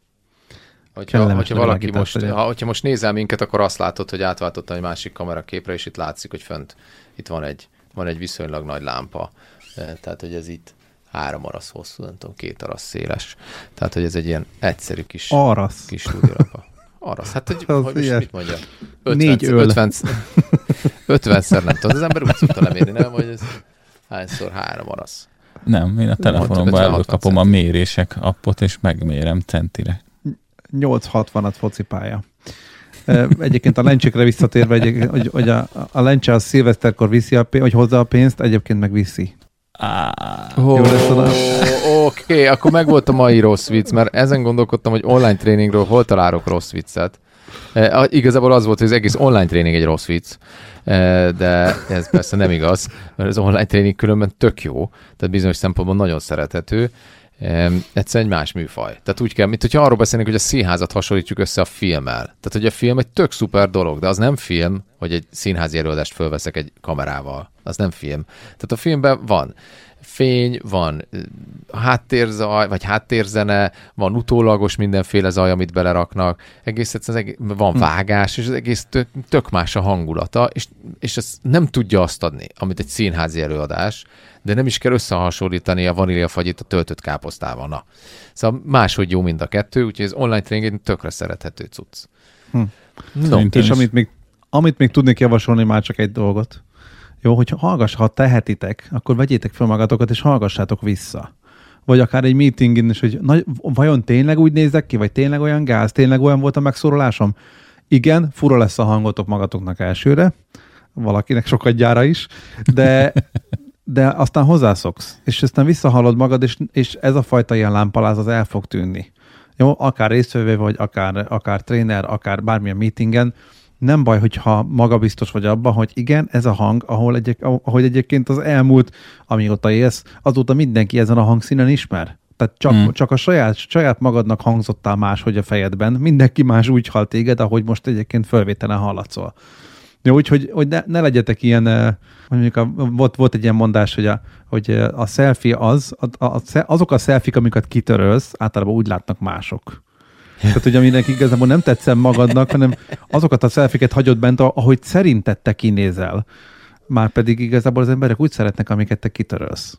Hogyha, hogyha valaki most, ha, hogyha most nézel minket, akkor azt látod, hogy átváltottam egy másik kameraképre, és itt látszik, hogy fönt itt van egy, van egy viszonylag nagy lámpa. Tehát, hogy ez itt három arasz hosszú, nem tudom, két arasz széles. Tehát, hogy ez egy ilyen egyszerű kis, arasz. kis stúdiólampa. Arasz. Hát, hogy, hogy most mit mondja? Négy öl. ötvenszer nem tudom. Az ember úgy szokta lemérni, nem? Hogy ez hányszor három arasz. Nem, én a telefonomban előkapom a mérések appot, és megmérem centire. nyolc hatvanat focipálya. Egyébként a lencsékre visszatérve, hogy, hogy a, a lencse az szilveszterkor viszi a pénzt, hogy hozza a pénzt, egyébként meg viszi. Oh, Oké, okay, akkor meg volt a mai rossz vicc, mert ezen gondolkodtam, hogy online tréningről hol találok rossz viccet. E, igazából az volt, hogy az egész online tréning egy rossz vicc, e, de ez persze nem igaz, mert az online tréning különben tök jó, tehát bizonyos szempontból nagyon szerethető. Um, egyszerűen egy más műfaj. Tehát úgy kell, mint hogyha arról beszélnénk, hogy a színházat hasonlítjuk össze a filmmel. Tehát, hogy a film egy tök szuper dolog, de az nem film, hogy egy színházi előadást fölveszek egy kamerával. Az nem film. Tehát a filmben van fény, van háttérzaj, vagy háttérzene, van utólagos mindenféle zaj, amit beleraknak, egész egyszerűen van vágás, és az egész tök, tök más a hangulata, és, és ez nem tudja azt adni, amit egy színházi előadás, de nem is kell összehasonlítani a vaníliafagyit a töltött káposztával. Na. Szóval máshogy jó mind a kettő, úgyhogy az online tréning egy tökre szerethető cucc. Hm. No. És amit még, amit még tudnék javasolni, már csak egy dolgot. Jó, hogy hallgass, ha tehetitek, akkor vegyétek fel magatokat, és hallgassátok vissza. Vagy akár egy meetingin is, hogy na, vajon tényleg úgy nézek ki, vagy tényleg olyan gáz, tényleg olyan volt a megszólalásom? Igen, fura lesz a hangotok magatoknak elsőre, valakinek sokat gyára is, de, de aztán hozzászoksz, és aztán visszahallod magad, és, és ez a fajta ilyen lámpaláz az el fog tűnni. Jó, akár résztvevő vagy, akár, akár tréner, akár bármilyen meetingen, nem baj, hogyha magabiztos vagy abban, hogy igen, ez a hang, ahol egyek, ahogy egyébként az elmúlt, amióta élsz, azóta mindenki ezen a hangszínen ismer. Tehát csak, hmm. csak a saját, saját magadnak hangzottál máshogy a fejedben, mindenki más úgy hall téged, ahogy most egyébként fölvételen hallatszol. Jó, úgyhogy hogy ne, ne legyetek ilyen, mondjuk a, volt, volt egy ilyen mondás, hogy a, hogy a selfie az, a, a, azok a selfie-k, amiket kitörölsz, általában úgy látnak mások. Tehát, hogy aminek igazából nem tetszem magadnak, hanem azokat a selfieket hagyod bent, ahogy szerinted te kinézel. Márpedig igazából az emberek úgy szeretnek, amiket te kitörölsz.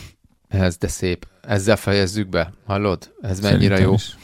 Ez de szép. Ezzel fejezzük be. Hallod? Ez mennyire jó. Is.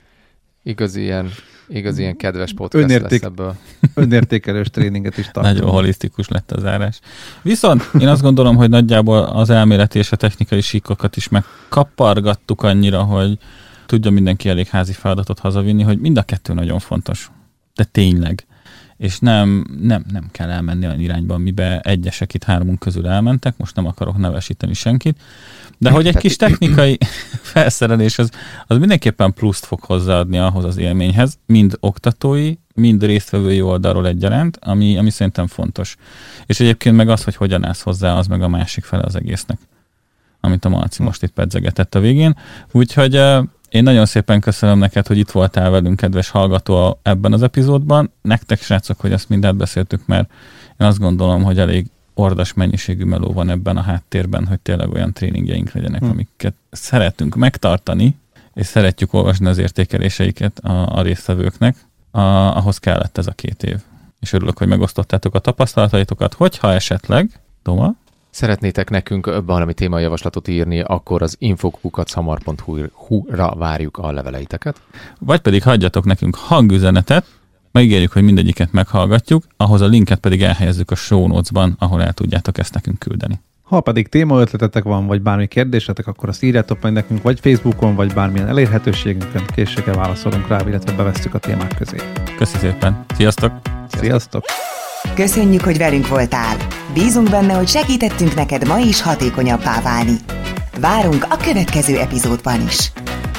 Igaz ilyen, igaz ilyen kedves podcast Önérték, lesz ebből. Önértékelős tréninget is tartunk. Nagyon holisztikus lett a zárás. Viszont én azt gondolom, hogy nagyjából az elméleti és a technikai síkokat is megkapargattuk annyira, hogy tudja mindenki elég házi feladatot hazavinni, hogy mind a kettő nagyon fontos. De tényleg. És nem, nem, nem kell elmenni olyan irányba, amiben egyesek itt hármunk közül elmentek, most nem akarok nevesíteni senkit, de hogy egy kis technikai felszerelés az, az mindenképpen pluszt fog hozzáadni ahhoz az élményhez, mind oktatói, mind résztvevői oldalról egyaránt, ami, ami szerintem fontos. És egyébként meg az, hogy hogyan állsz hozzá, az meg a másik fele az egésznek, amit a Marci most itt pedzegetett a végén. Úgyhogy én nagyon szépen köszönöm neked, hogy itt voltál velünk, kedves hallgató, ebben az epizódban. Nektek, srácok, hogy ezt mindent beszéltük, mert én azt gondolom, hogy elég ordas mennyiségű meló van ebben a háttérben, hogy tényleg olyan tréningjeink legyenek, hmm. amiket szeretünk megtartani, és szeretjük olvasni az értékeléseiket a, a résztvevőknek. A, ahhoz kellett ez a két év. És örülök, hogy megosztottátok a tapasztalataitokat, hogyha esetleg, Toma? Szeretnétek nekünk valami témajavaslatot írni, akkor az info kukac hamar pont hu-ra várjuk a leveleiteket. Vagy pedig hagyjatok nekünk hangüzenetet, megígérjük, hogy mindegyiket meghallgatjuk, ahhoz a linket pedig elhelyezzük a show notes-ban, ahol el tudjátok ezt nekünk küldeni. Ha pedig témaötletetek van, vagy bármi kérdésetek, akkor azt írjátok meg nekünk, vagy Facebookon, vagy bármilyen elérhetőségünkön, készséggel válaszolunk rá, illetve bevesszük a témák közé. Köszi szépen! Sziasztok! Sziasztok! Köszönjük, hogy velünk voltál! Bízunk benne, hogy segítettünk neked ma is hatékonyabbá válni. Várunk a következő epizódban is!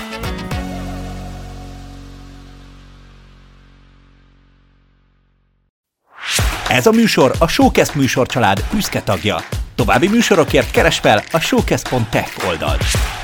Ez a műsor a Showcast műsorcsalád büszke tagja. További műsorokért keresd fel a showcast pont tech oldalt.